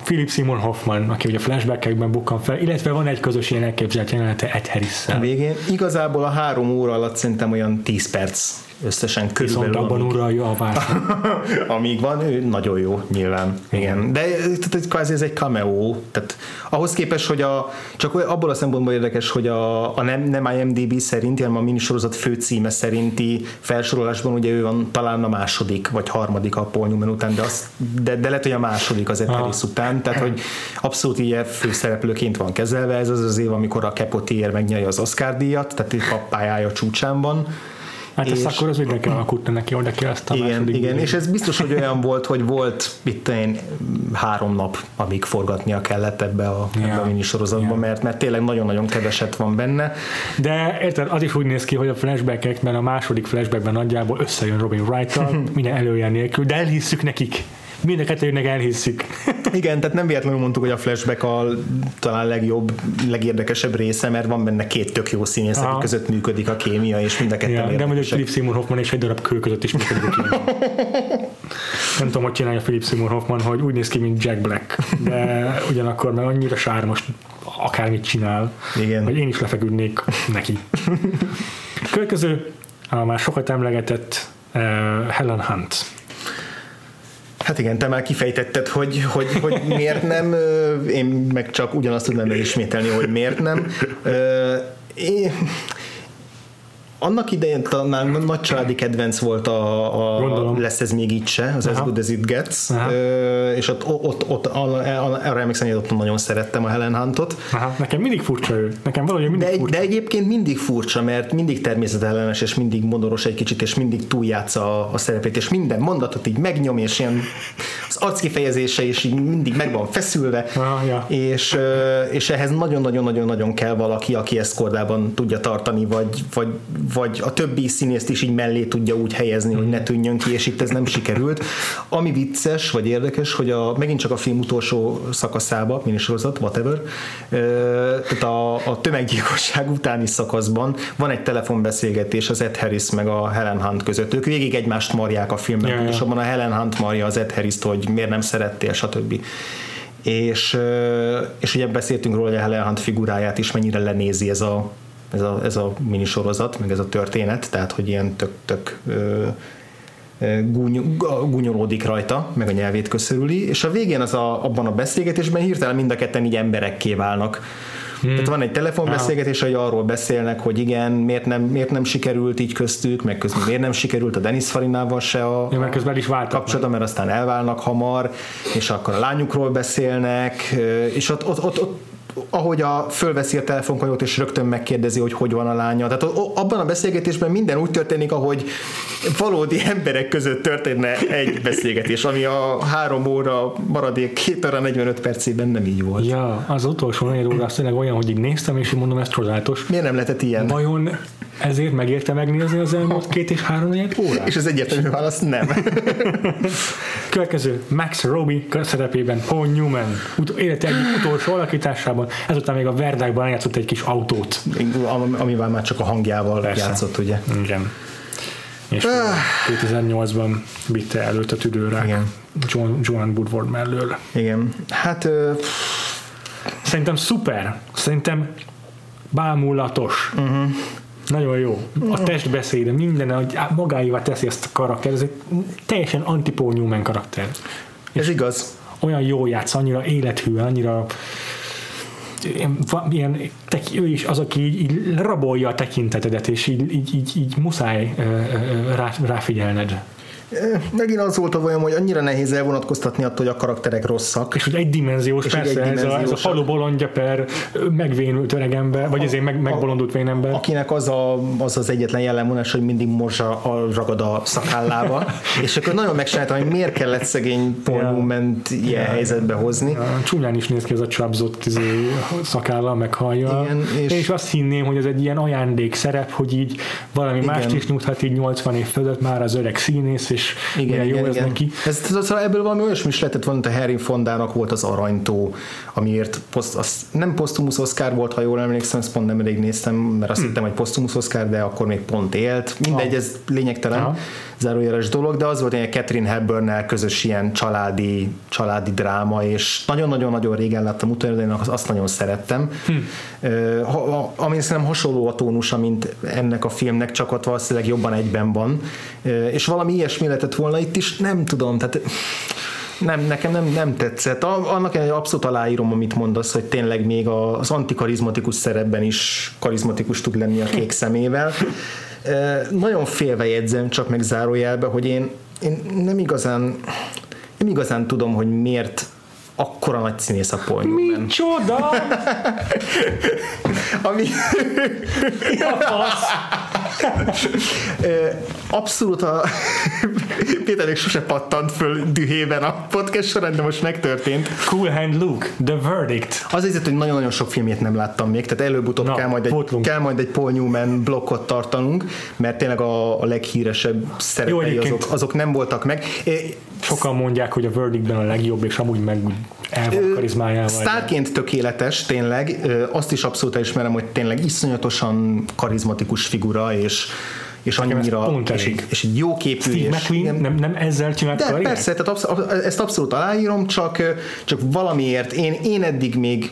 A: Philip Seymour Hoffman, aki ugye flashbackekben bukkan fel, illetve van egy közös ilyen elképzelt jelenete Ed Harris-szel.
B: A végén igazából a 3 óra alatt szerintem olyan 10 perc összesen körülbelül.
A: Viszont abban uralja a vászon.
B: Amíg van, ő nagyon jó, nyilván. Igen. De kvázi ez egy cameo. Tehát ahhoz képest, hogy csak abból a szempontból érdekes, hogy a nem IMDb szerinti, hanem a minisorozat főcíme szerinti felsorolásban ugye ő van talán a második, vagy harmadik a Paul Newman után, de lehet, hogy a második az Ed Harris után, tehát hogy abszolút ilyen főszereplőként van kezelve. Ez az év, amikor a Capotier megnyerje az Oscar-díjat, tehát itt a pályája csúcsán van.
A: Hát ezt akkor az úgy kell alkutni neki, oda ki azt a
B: igen, és ez biztos, hogy olyan volt, hogy volt itt 3 nap, amíg forgatnia kellett ebbe a minisorozatban, mert tényleg nagyon-nagyon keveset van benne.
A: De érted, az is úgy néz ki, hogy a flashbackekben, a második flashbackben nagyjából összejön Robin Wright-tal, minden előjel nélkül, de elhisszük nekik. Mind a kettőjüknek elhisszük.
B: Igen, tehát nem véletlenül mondtuk, hogy a flashback a talán legjobb, legérdekesebb része, mert van benne 2 tök jó színész, akik között működik a kémia, és mind a ketten érdekesek.
A: De mondjuk Philip Seymour Hoffman és egy darab kő között is működik a kémia. Nem tudom, hogy csinálja Philip Seymour Hoffman, hogy úgy néz ki, mint Jack Black, de ugyanakkor meg annyira sármos, akármit csinál,
B: igen,
A: hogy én is lefeküdnék neki. Következő, a már sokat emlegetett Helen Hunt.
B: Hát igen, te már kifejtetted, hogy miért nem, én meg csak ugyanazt tudnám elismételni, hogy miért nem. Annak idején talán nagy családi kedvenc volt a Lesz ez még így se, az As Good As It Gets, és ott arra emlékszem, hogy ott nagyon szerettem a Helen Huntot.
A: Nekem mindig furcsa ő. Nekem valahogy mindig furcsa.
B: De egyébként mindig furcsa, mert mindig természetellenes, és mindig modoros egy kicsit, és mindig túljátsza a szerepét, és minden mondatot így megnyom, és ilyen az arckifejezése is így mindig meg van feszülve, és ehhez nagyon-nagyon-nagyon kell valaki, aki ezt kordában tudja tartani, vagy a többi színészt is így mellé tudja úgy helyezni, hogy ne tűnjön ki, és itt ez nem sikerült. Ami vicces, vagy érdekes, hogy megint csak a film utolsó szakaszába, minisorozat, whatever, tehát a tömeggyilkosság utáni szakaszban van egy telefonbeszélgetés az Ed Harris meg a Helen Hunt között. Ők végig egymást marják a filmben, és abban a Helen Hunt marja az Ed Harrist, hogy miért nem szerettél, stb. És ugye beszéltünk róla, hogy a Helen Hunt figuráját is mennyire lenézi ez a minisorozat, meg ez a történet, tehát hogy ilyen tök gúnyolódik rajta, meg a nyelvét köszörüli, és a végén abban a beszélgetésben hirtelen mind a ketten így emberekké válnak. Tehát van egy telefonbeszélgetés, hogy arról beszélnek, hogy igen, miért nem sikerült így köztük, meg közben miért nem sikerült a Dennis Farinával se a kapcsolata, mert aztán elválnak hamar, és akkor a lányukról beszélnek, és ott ahogy fölveszi a telefonkajót, és rögtön megkérdezi, hogy van a lánya. Tehát abban a beszélgetésben minden úgy történik, ahogy valódi emberek között történne egy beszélgetés, ami a 3 óra maradék 2 óra 45 percében nem így volt.
A: Ja, az utolsó 4 óra az tényleg olyan, hogy így néztem, és így mondom, ez csodálatos.
B: Miért nem lehetett ilyen?
A: Vajon ezért megérte megnézni az elmúlt 2 és 3 órát?
B: És az egyértelmű válasz nem.
A: Következő, Max Robbie szerepében Paul Newman élete egyik utolsó alakításában, ezután még a Verdákban eljátszott egy kis autót.
B: Amivel már csak a hangjával játszott, ugye?
A: Igen. És 2008-ban vitte előtt a tüdőrák Joan Woodward mellől.
B: Igen. Hát
A: szerintem szuper. Szerintem bámulatos. Nagyon jó. A testbeszéde, minden magáévá teszi ezt a karakter. Ez egy teljesen anti-Paul Newman karakter.
B: Ez igaz.
A: Olyan jól játsz, annyira élethű, annyira ő is az, aki így rabolja a tekintetedet, és így muszáj ráfigyelned.
B: Megint az volt a bajom, hogy annyira nehéz elvonatkoztatni attól, hogy a karakterek rosszak.
A: És hogy egydimenziós, persze, ez a falu bolondja per megvénült öregember, vagy ezért megbolondult vénember.
B: Akinek az egyetlen jellemvonás, hogy mindig morzsa ragad a szakállába, és akkor nagyon megcsináltam, hogy miért kellett szegény Paul Newman-t ilyen helyzetbe hozni.
A: Csúnyán is néz ki ez a csapzott szakállal, meg hajjal. És azt hinném, hogy ez egy ilyen ajándék szerep, hogy így valami mást is nyújthat így 80 év fölött már az öreg színész, és milyen jó ez neki.
B: Szóval ebből valami olyasmi is lehetett volna, hogy a Henry Fondának volt az Aranytó, amiért nem posztumusz Oscar volt, ha jól emlékszem, ezt pont nemrég néztem, mert azt hittem, hogy posztumusz Oscar, de akkor még pont élt. Mindegy, ez lényegtelen zárójeles dolog, de az volt egy Catherine Hepburnnel közös ilyen családi dráma, és nagyon-nagyon-nagyon régen láttam utoljára, de én azt nagyon szerettem. Ami szerintem hasonló a tónusa, mint ennek a filmnek, csak ott valószínűleg jobban egyben van. És valami ilyesmi lehetett volna itt is, nem tudom, tehát nekem nem tetszett. Annak egy abszolút aláírom, amit mondasz, hogy tényleg még az antikarizmatikus szerepben is karizmatikus tud lenni a kék szemével. Nagyon félve jegyzem csak meg zárójelbe, hogy én nem igazán tudom, hogy miért akkora nagy színész a Paul Newman.
A: Micsoda!
B: Ami... Abszolút Péter még sose pattant föl dühében a podcast során, de most megtörtént.
A: Cool Hand Luke, The Verdict.
B: Az azért, hogy nagyon-nagyon sok filmjét nem láttam még, tehát előbb-utóbb kell majd egy Paul Newman blokkot tartanunk, mert tényleg a leghíresebb szerepei azok nem voltak meg.
A: Sokan mondják, hogy a Verdictben a legjobb, és amúgy meg el van karizmájával.
B: Sztárként tökéletes, tényleg. Azt is abszolút elismerem, hogy tényleg iszonyatosan karizmatikus figura, és annyira és egy jó képű.
A: Steve McQueen nem ezzel csinált karriert?
B: Persze, tehát ezt abszolút aláírom, csak valamiért én eddig még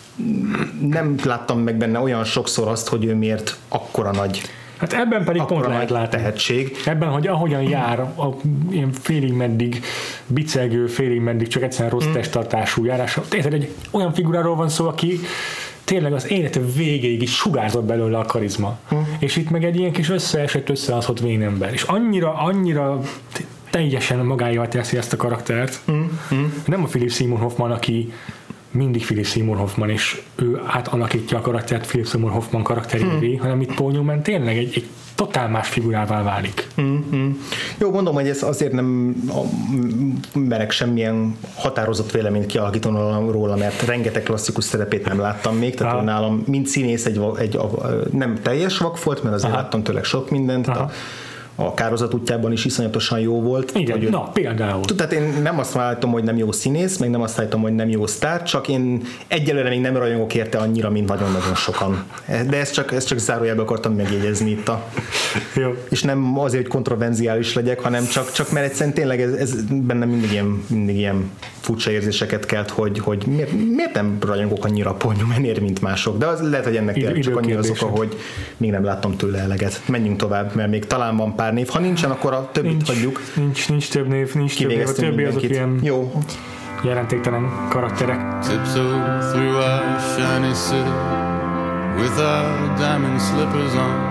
B: nem láttam meg benne olyan sokszor azt, hogy ő miért akkora nagy.
A: Hát ebben pedig pont lehet látni.
B: Tehetség.
A: Ebben, hogy ahogyan jár, ilyen félig meddig bicegő, félig meddig csak egyszerűen rossz testtartású járás. Tehát egy olyan figuráról van szó, aki tényleg az élete végéig is sugárzott belőle a karizma. És itt meg egy ilyen kis összeadott vén ember. És annyira teljesen magáévá teszi ezt a karaktert. Nem a Philip Seymour Hoffman, aki mindig Philip Seymour Hoffman, és ő átalakítja a karaktert Philip Seymour Hoffman karakterévé, hanem itt Paul Newman tényleg egy totál más figurává válik.
B: Jó, mondom, hogy ez azért nem merek semmilyen határozott véleményt kialakítani róla, mert rengeteg klasszikus szerepét nem láttam még, tehát nálam mind színész egy nem teljes vak volt, mert azért láttam tőle sok mindent, a Kározat útjában is iszonyatosan jó volt.
A: Igen, például.
B: Tehát én nem azt állítom, hogy nem jó színész, meg nem azt állítom, hogy nem jó sztár, csak én egyelőre még nem rajongok érte annyira, mint nagyon-nagyon sokan. De ezt csak zárójelbe akartam megjegyezni itt
A: jó.
B: És nem azért, hogy kontroverziális legyek, hanem csak mert egyszerűen tényleg ez bennem mindig ilyen furcsa érzéseket kelt, hogy miért nem rajongok annyira a Paul Newmanért, mint mások. De az lehet, hogy ennek tényleg csak annyi az oka, hogy még nem láttam tőle eleget. Menjünk tovább, mert még talán van pár név. Ha nincsen, akkor a többit hagyjuk.
A: Nincs több név. A többi azok ilyen jelentéktelen karakterek.
C: Tiptoe through our shiny city with our diamond slippers on.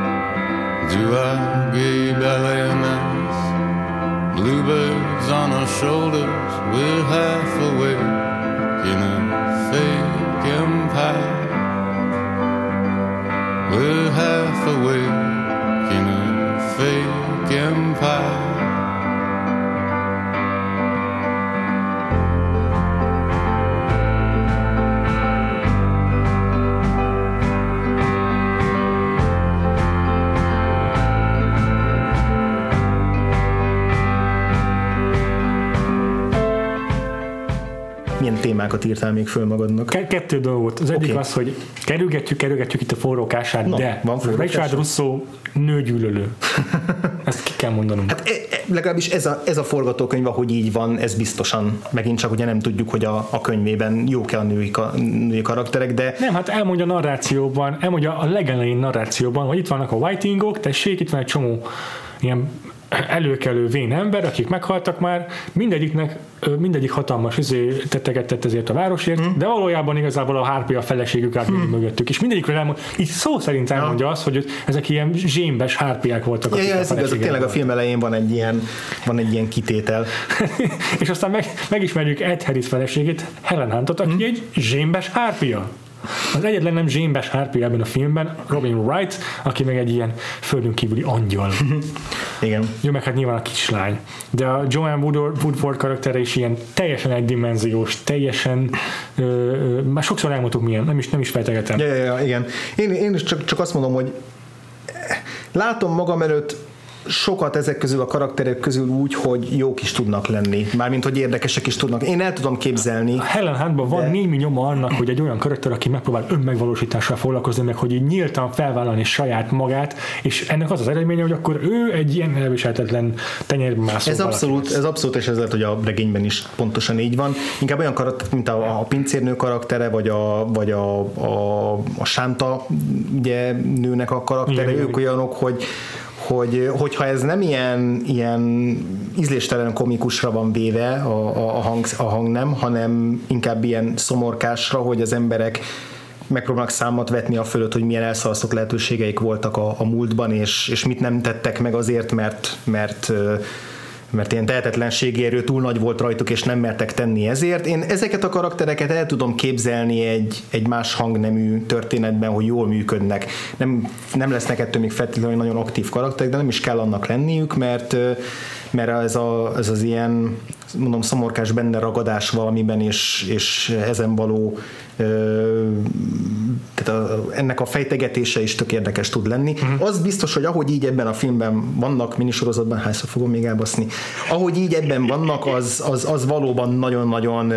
C: Do our gay ballet dance. Bluebirds on our shoulders. We're half awake in a fake empire. We're half awake in a fake empire.
B: Milyen témákat írtál még föl magadnak?
A: Kettő dolgot. Az egyik az, hogy kerülgetjük itt a forrókását, de Richard Russo nőgyűlölő. Ezt ki kell mondanom.
B: Hát legalábbis ez a forgatókönyv, ahogy így van, ez biztosan. Megint csak ugye nem tudjuk, hogy a könyvében jók-e a női karakterek, de...
A: Nem, hát elmondja a legelején narrációban, hogy itt vannak a Whitingok, tessék, itt van egy csomó ilyen előkelő vén ember, akik meghaltak már, mindegyik hatalmas tetteget tett ezért a városért, de valójában igazából a hárpia feleségük állt mögöttük, és mindegyikről így szó szerint elmondja azt, hogy ezek ilyen zsémbes hárpiák voltak.
B: Ez igaz, tényleg a film elején van egy ilyen kitétel.
A: És aztán megismerjük Ed Harris feleségét, Helen Huntot, aki egy zsémbes hárpia. Az egyetlen nem zsémbes hárpia ebben a filmben, Robin Wright, aki meg egy ilyen földön kívüli angyal.
B: Igen. Jó,
A: meg hát nyilván a kislány. De a Joanne Woodward karaktere is ilyen teljesen egydimenziós, teljesen már sokszor elmondtuk milyen, nem is fejtegetem.
B: Ja, igen. Én is csak azt mondom, hogy látom magam előtt sokat ezek közül a karakterek közül úgy, hogy jók is tudnak lenni. Mármint, hogy érdekesek is tudnak. Én el tudom képzelni.
A: A Helen Huntban van némi nyoma annak, hogy egy olyan karakter, aki megpróbál önmegvalósítással foglalkozni, meg hogy így nyíltan felvállalni saját magát, és ennek az az eredménye, hogy akkor ő egy ilyen elviselhetetlen tenyérbe mászó.
B: Ez abszolút, és ez lehet, hogy a regényben is pontosan így van. Inkább olyan karakter, mint a pincérnő karaktere, vagy a Sánta ugye, nőnek a karaktere, igen, ők olyanok, hogyha ez nem ilyen ízléstelen komikusra van véve a hang nem, hanem inkább ilyen szomorkásra, hogy az emberek megpróbálnak számot vetni a fölött, hogy milyen elszalasztott lehetőségeik voltak a múltban, és mit nem tettek meg azért, mert ilyen tehetetlenségérő túl nagy volt rajtuk, és nem mertek tenni ezért. Én ezeket a karaktereket el tudom képzelni egy más hangnemű történetben, hogy jól működnek. Nem lesznek ettől még feltétlenül nagyon aktív karakterek, de nem is kell annak lenniük, mert ez az ilyen, mondom, szomorkás benne ragadás valamiben, és ezen való tehát ennek a fejtegetése is tök érdekes tud lenni. Az biztos, hogy ahogy így ebben a filmben vannak, minisorozatban, hányszor fogom még elbaszni, ahogy így ebben vannak, az valóban nagyon-nagyon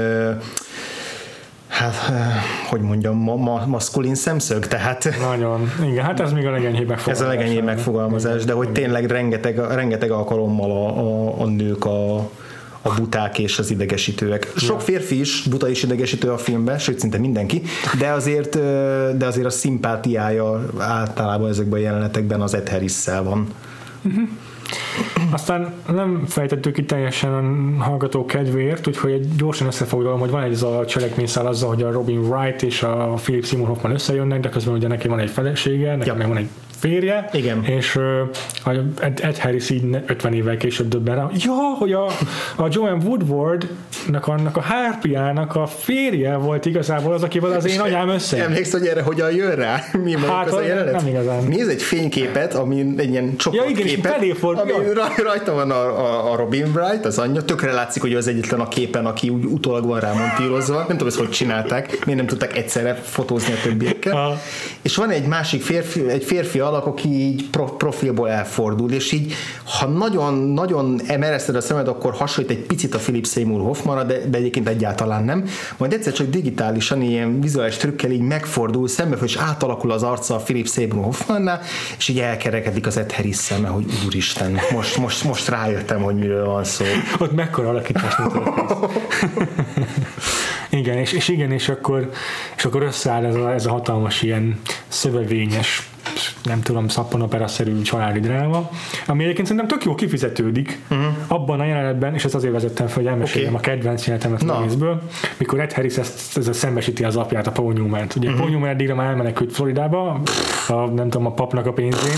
B: hogy mondjam, maszkulin szemszög, tehát...
A: Nagyon, igen, hát ez még a legenyhébb megfogalmazás.
B: Ez a legenyhébb megfogalmazás, de hogy tényleg rengeteg alkalommal a nők a buták és az idegesítőek. Sok férfi is buta és idegesítő a filmben, sőt szinte mindenki, de azért a szimpátiája általában ezekben a jelenetekben az Ed Harris-szel van.
A: Aztán nem fejtettük ki teljesen a hallgató kedvéért, úgyhogy gyorsan összefoglalom, hogy van egy a cselekményszál azzal, hogy a Robin Wright és a Philip Seymour Hoffman összejönnek, de közben ugye neki van egy felesége, neki meg van egy férje,
B: igen.
A: És Ed Harris így 50 évvel később döbben rá, hogy a Joanne Woodward-nak annak a hárpiának a férje volt igazából az, akivel az én anyám összejön.
B: Emlékszel, hogy erre hogyan jön rá? Mi az a jelenet?
A: Nem igazán.
B: Nézd egy fényképet, ami egy ilyen csoportképet, ami rajta van a Robin Wright, az anyja, tökre látszik, hogy az egyetlen a képen, aki úgy utólag van rá montírozva, nem tudom, ezt hogy csinálták, miért nem tudták egyszerre fotózni a többiekkel. És van egy másik férfi alak, aki így profilból elfordul, és így, ha nagyon emereszted a szemed, akkor hasonlít egy picit a Philip Seymour Hoffmanra, de egyébként egyáltalán nem. Majd egyszer csak digitálisan, ilyen vizuális trükkel így megfordul, szembefől, és átalakul az arca a Philip Seymour Hoffmannál, és így elkerekedik az Ed Harris szeme, hogy úristen, most rájöttem, hogy miről van szó.
A: Ott mekkora alakítás igen, és akkor összeáll ez a hatalmas ilyen szövevényes, nem tudom, szappanopera-szerű családi dráma, ami egyébként szerintem tök jó kifizetődik abban a jelenetben, és ez azért vezettem fel, hogy elmeséljem a kedvenc jelenetemet az egészből, mikor Ed Harris ezzel szembesíti az apját, a Paul Newman-t. Ugye Paul Newman eddigre már elmenekült Floridába, a papnak a pénzén,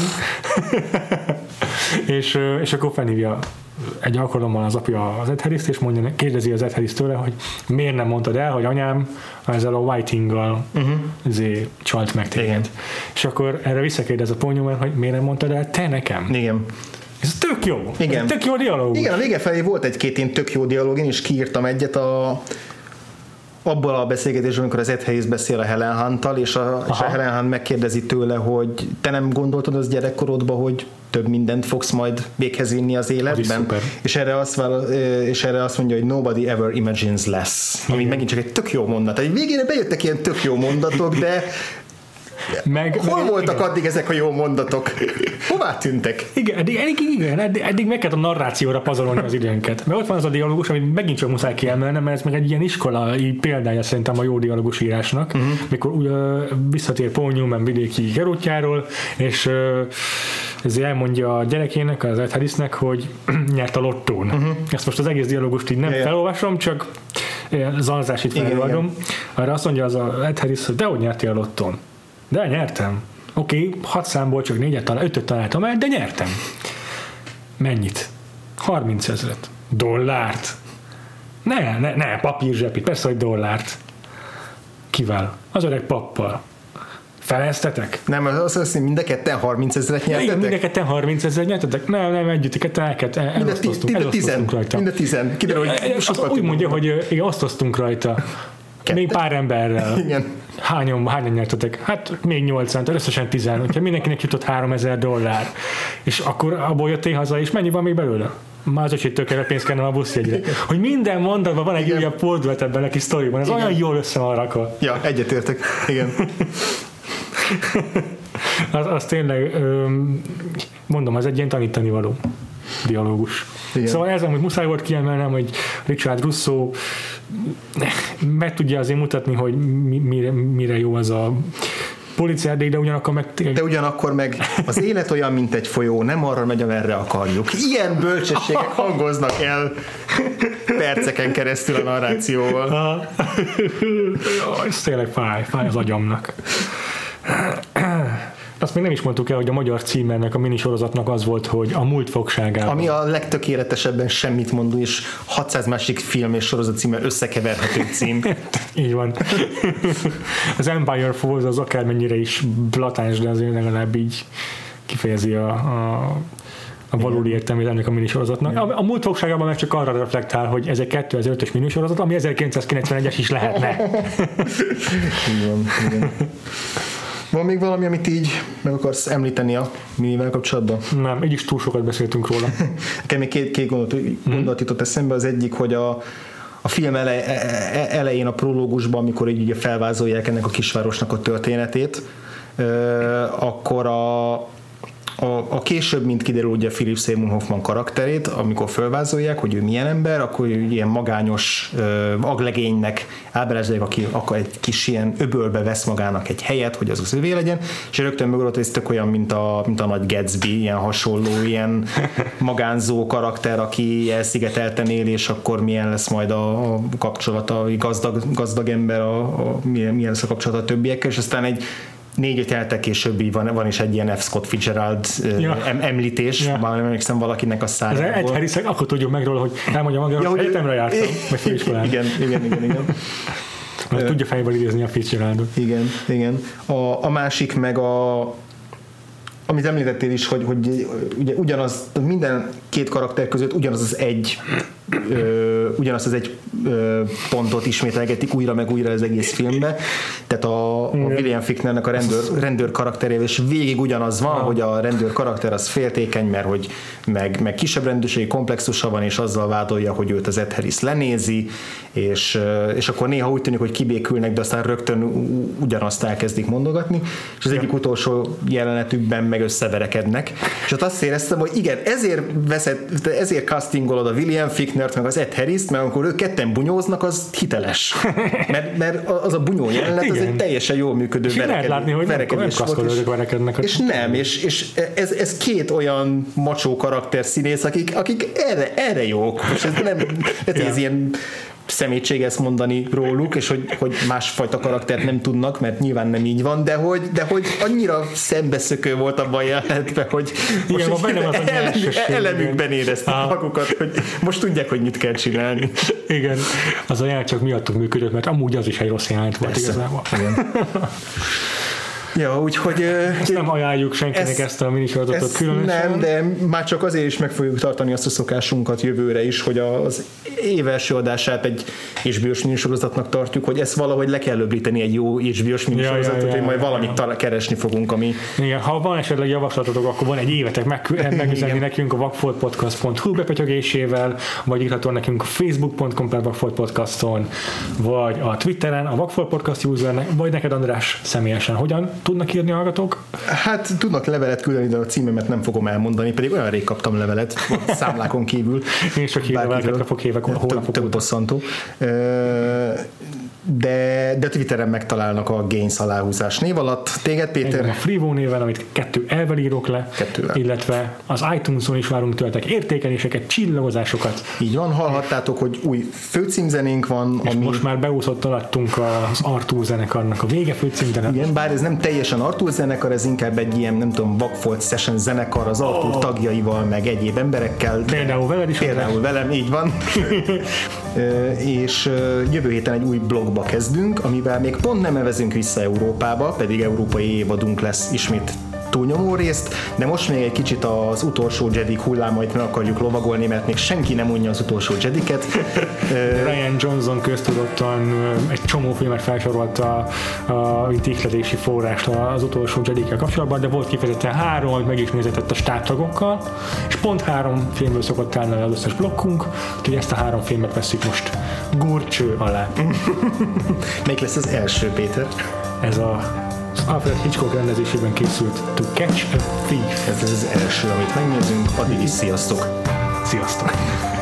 A: és akkor felhívja egy alkalommal az apja az Ed Harris-t, és kérdezi az Ed Harris tőle, hogy miért nem mondtad el, hogy anyám ezzel a Whitinggal csalt meg téged. És akkor erre visszakérdez a Paul Newman, hogy miért nem mondtad el te nekem?
B: Igen.
A: Ez tök jó.
B: Igen.
A: Ez tök jó dialógus.
B: Igen, a vége felé volt egy-két én tök jó dialóg, én is kiírtam egyet abból a beszélgetésben, amikor az Ed Harris beszél a Helen Hunt-tal, és a Helen Hunt megkérdezi tőle, hogy te nem gondoltad az gyerekkorodban, hogy több mindent fogsz majd véghez vinni az életben? És erre azt mondja, hogy nobody ever imagines less. Ami megint csak egy tök jó mondat. Egy végére bejöttek ilyen tök jó mondatok, de hol voltak addig ezek a jó mondatok? Hová tűntek?
A: Igen, eddig meg kellett a narrációra pazarolni az időnket. Mert ott van az a dialógus, amit megint csak muszáj kiemelnem, mert ez meg egy ilyen iskolai példája szerintem a jó dialógus írásnak, mikor visszatér Paul Newman vidéki gerútjáról, és ezért elmondja a gyerekének, az Ed Harrisnek, hogy nyert a lottón. Ezt most az egész dialógust így nem felolvasom, csak zanzás itt felolvadom. Arra azt mondja az Ed Harris, hogy dehogy nyertél a lottón. De nyertem. Oké, 6 számból csak 5-öt találtam el, de nyertem. Mennyit? 30 000 dollárt. Ne, papírzsepit, persze, hogy dollárt. Kivel? Az öreg pappal. Feleztetek?
B: Nem, azt hiszem, mind a ketten 30 000 nyertetek?
A: Igen, mind a ketten 30 000 nyertetek? Nem, együtt, elosztoztunk rajta.
B: Mind a 10. Kiderül, hogy
A: úgy mondja, hogy igen, osztoztunk rajta. Még pár emberrel.
B: Igen.
A: hányan nyertetek? Hát még 80, összesen 10, hogyha mindenkinek jutott $3000, és akkor abból jöttél haza, és mennyi van még belőle? Már az öcsétől kellett pénzt kennem a buszjegyre. Hogy minden mondatban van egy újabb fordulat ebben a kis sztoriban, ez olyan jól össze van rakva.
B: Ja, egyetértek, igen.
A: az tényleg, mondom, az egy ilyen tanítani való dialógus. Igen. Szóval ez amúgy muszáj volt kiemelnem, hogy Richard Russo meg tudja azért mutatni, hogy mire jó az a policiárdék, de ugyanakkor meg az élet olyan, mint egy folyó, nem arra megy, amerre akarjuk. Ilyen bölcsességek hangoznak el perceken keresztül a narrációval. Ez tényleg fáj az agyamnak. Azt még nem is mondtuk el, hogy a magyar címernek, a minisorozatnak az volt, hogy a múlt fogságában.
B: Ami a legtökéletesebben semmit mondó, és 600 másik film és sorozat címmel összekeverhető cím.
A: Így van. Az Empire Falls az akármennyire is blatáns, de azért legalább így kifejezi a valódi értelmét ennek a minisorozatnak. A múlt fogságában meg csak arra reflektál, hogy ez egy 2005-ös minisorozat, ami 1991-es is lehetne.
B: Így van, igen. Van még valami, amit így meg akarsz említeni a minivel kapcsolatban?
A: Nem, így is túl sokat beszéltünk róla.
B: Nekem még két gondolat jutott eszembe. Az egyik, hogy a film elején a prológusban, amikor így ugye felvázolják ennek a kisvárosnak a történetét, akkor a később, mint kiderül ugye Philip Seymour Hoffman karakterét, amikor felvázolják, hogy ő milyen ember, akkor ő ilyen magányos aglegénynek ábrázolják, aki akkor egy kis ilyen öbölbe vesz magának egy helyet, hogy az övé legyen, és rögtön mögött ez tök olyan, mint a nagy Gatsby, ilyen hasonló, ilyen magánzó karakter, aki elszigetelten él, és akkor milyen lesz majd a kapcsolata, gazdag ember, milyen lesz a kapcsolata a többiekkel, és aztán egy 4-5 eltek később van is egy ilyen F. Scott Fitzgerald említés, már nem emlékszem valakinek a szájából.
A: Ez egy Harris, akkor tudjuk meg róla, hogy elmondja magáról, hogy egyetemre jártam, vagy főiskolán.
B: Igen.
A: Mert tudja fejből idézni a Fitzgeraldot.
B: Igen. A másik meg amit említettél is, hogy ugye ugyanaz, minden két karakter között ugyanaz az egy pontot ismételgetik újra meg újra az egész filmbe. Tehát a William Fichtnernek a rendőr karakterével és végig ugyanaz van, hogy a rendőr karakter az féltékeny, mert hogy meg kisebb rendőrségi komplexusa van, és azzal vádolja, hogy őt az Ed Harris lenézi, és akkor néha úgy tűnik, hogy kibékülnek, de aztán rögtön ugyanazt elkezdik mondogatni, és az egyik utolsó jelenetükben meg összeverekednek. És ott azt éreztem, hogy igen, ezért castingolod a William Fichtnert meg az Ed Harrist, mert amikor ők ketten bunyóznak, az hiteles. Mert az a bunyó jelenet, az egy teljesen jól működő verekedés
A: volt.
B: És nem, és ez két olyan macsó karakter színész, akik erre jók. És ez nem, ez ilyen szemétség ezt mondani róluk, és hogy másfajta karaktert nem tudnak, mert nyilván nem így van, de hogy annyira szembeszökő volt abban a jelenetben, hogy elemükben érezték magukat, hogy most tudják, hogy mit kell csinálni.
A: Igen, az a jelenet csak miattuk működött, mert amúgy az is egy rossz jelenet volt igazából.
B: Ja, úgyhogy...
A: Ezt nem ajánljuk senkinek ezt a minisorozatot különösen.
B: Nem, de már csak azért is meg fogjuk tartani azt a szokásunkat jövőre is, hogy az év első adását egy HBO-s minisorozatnak tartjuk, hogy ezt valahogy le kell öblíteni egy jó HBO-s minisorozatot, hogy majd valamit keresni fogunk, ami...
A: Igen, ha van esetleg javaslatotok, akkor van egy évetek megüzenni nekünk a vakfoltpodcast.hu bepötyögésével, vagy írható nekünk a facebook.com/vakfoltpodcaston, vagy a Twitteren, a Vakfolt Podcast usernek, vagy neked András személyesen. Hogyan tudnak írni a hallgatók?
B: Hát tudnak levelet küldeni, de a címemet nem fogom elmondani, pedig olyan rég kaptam levelet, számlákon kívül.
A: Én csak hírleveleket kapok hónapok
B: több bosszantó. De Twitteren megtalálnak a Gains aláhúzás név alatt. Téged, Péter?
A: Engem a Freevo néven, amit 2 elvel írok le, illetve az iTunes-on is várunk tőletek értékeléseket, csillagozásokat.
B: Így van, hallhattátok, hogy új főcímzenénk van.
A: És ami... most már beúszott alattunk az Artúr zenekarnak a vége főcímzene.
B: Igen, bár ez nem teljesen Artúr zenekar, ez inkább egy ilyen, nem tudom, Vakfolt Session zenekar az Artúr tagjaival, meg egyéb emberekkel.
A: Például veled is.
B: Például velem, így van. És jövő héten egy új blogba kezdünk, amivel még pont nem evezünk vissza Európába, pedig európai évadunk lesz ismét túlnyomó részt, de most még egy kicsit az utolsó Jedi hullámait meg akarjuk lovagolni, mert még senki nem unja az utolsó Jediket.
A: Ryan Johnson köztudottan egy csomó filmet felsorolt a ihletési forrást az utolsó Jedikkel kapcsolatban, de volt kifejezetten 3, amit meg is nézetett a stábtagokkal, és pont 3 filmből szokott állni az összes blokkunk, úgyhogy ezt a 3 filmet veszik most gurcső alá.
B: Melyik lesz az első, Péter?
A: Ez az Alfred Hitchcock rendezésében készült To Catch a Thief.
B: Ez az első, amit megnézünk, addig is sziasztok!
A: Sziasztok!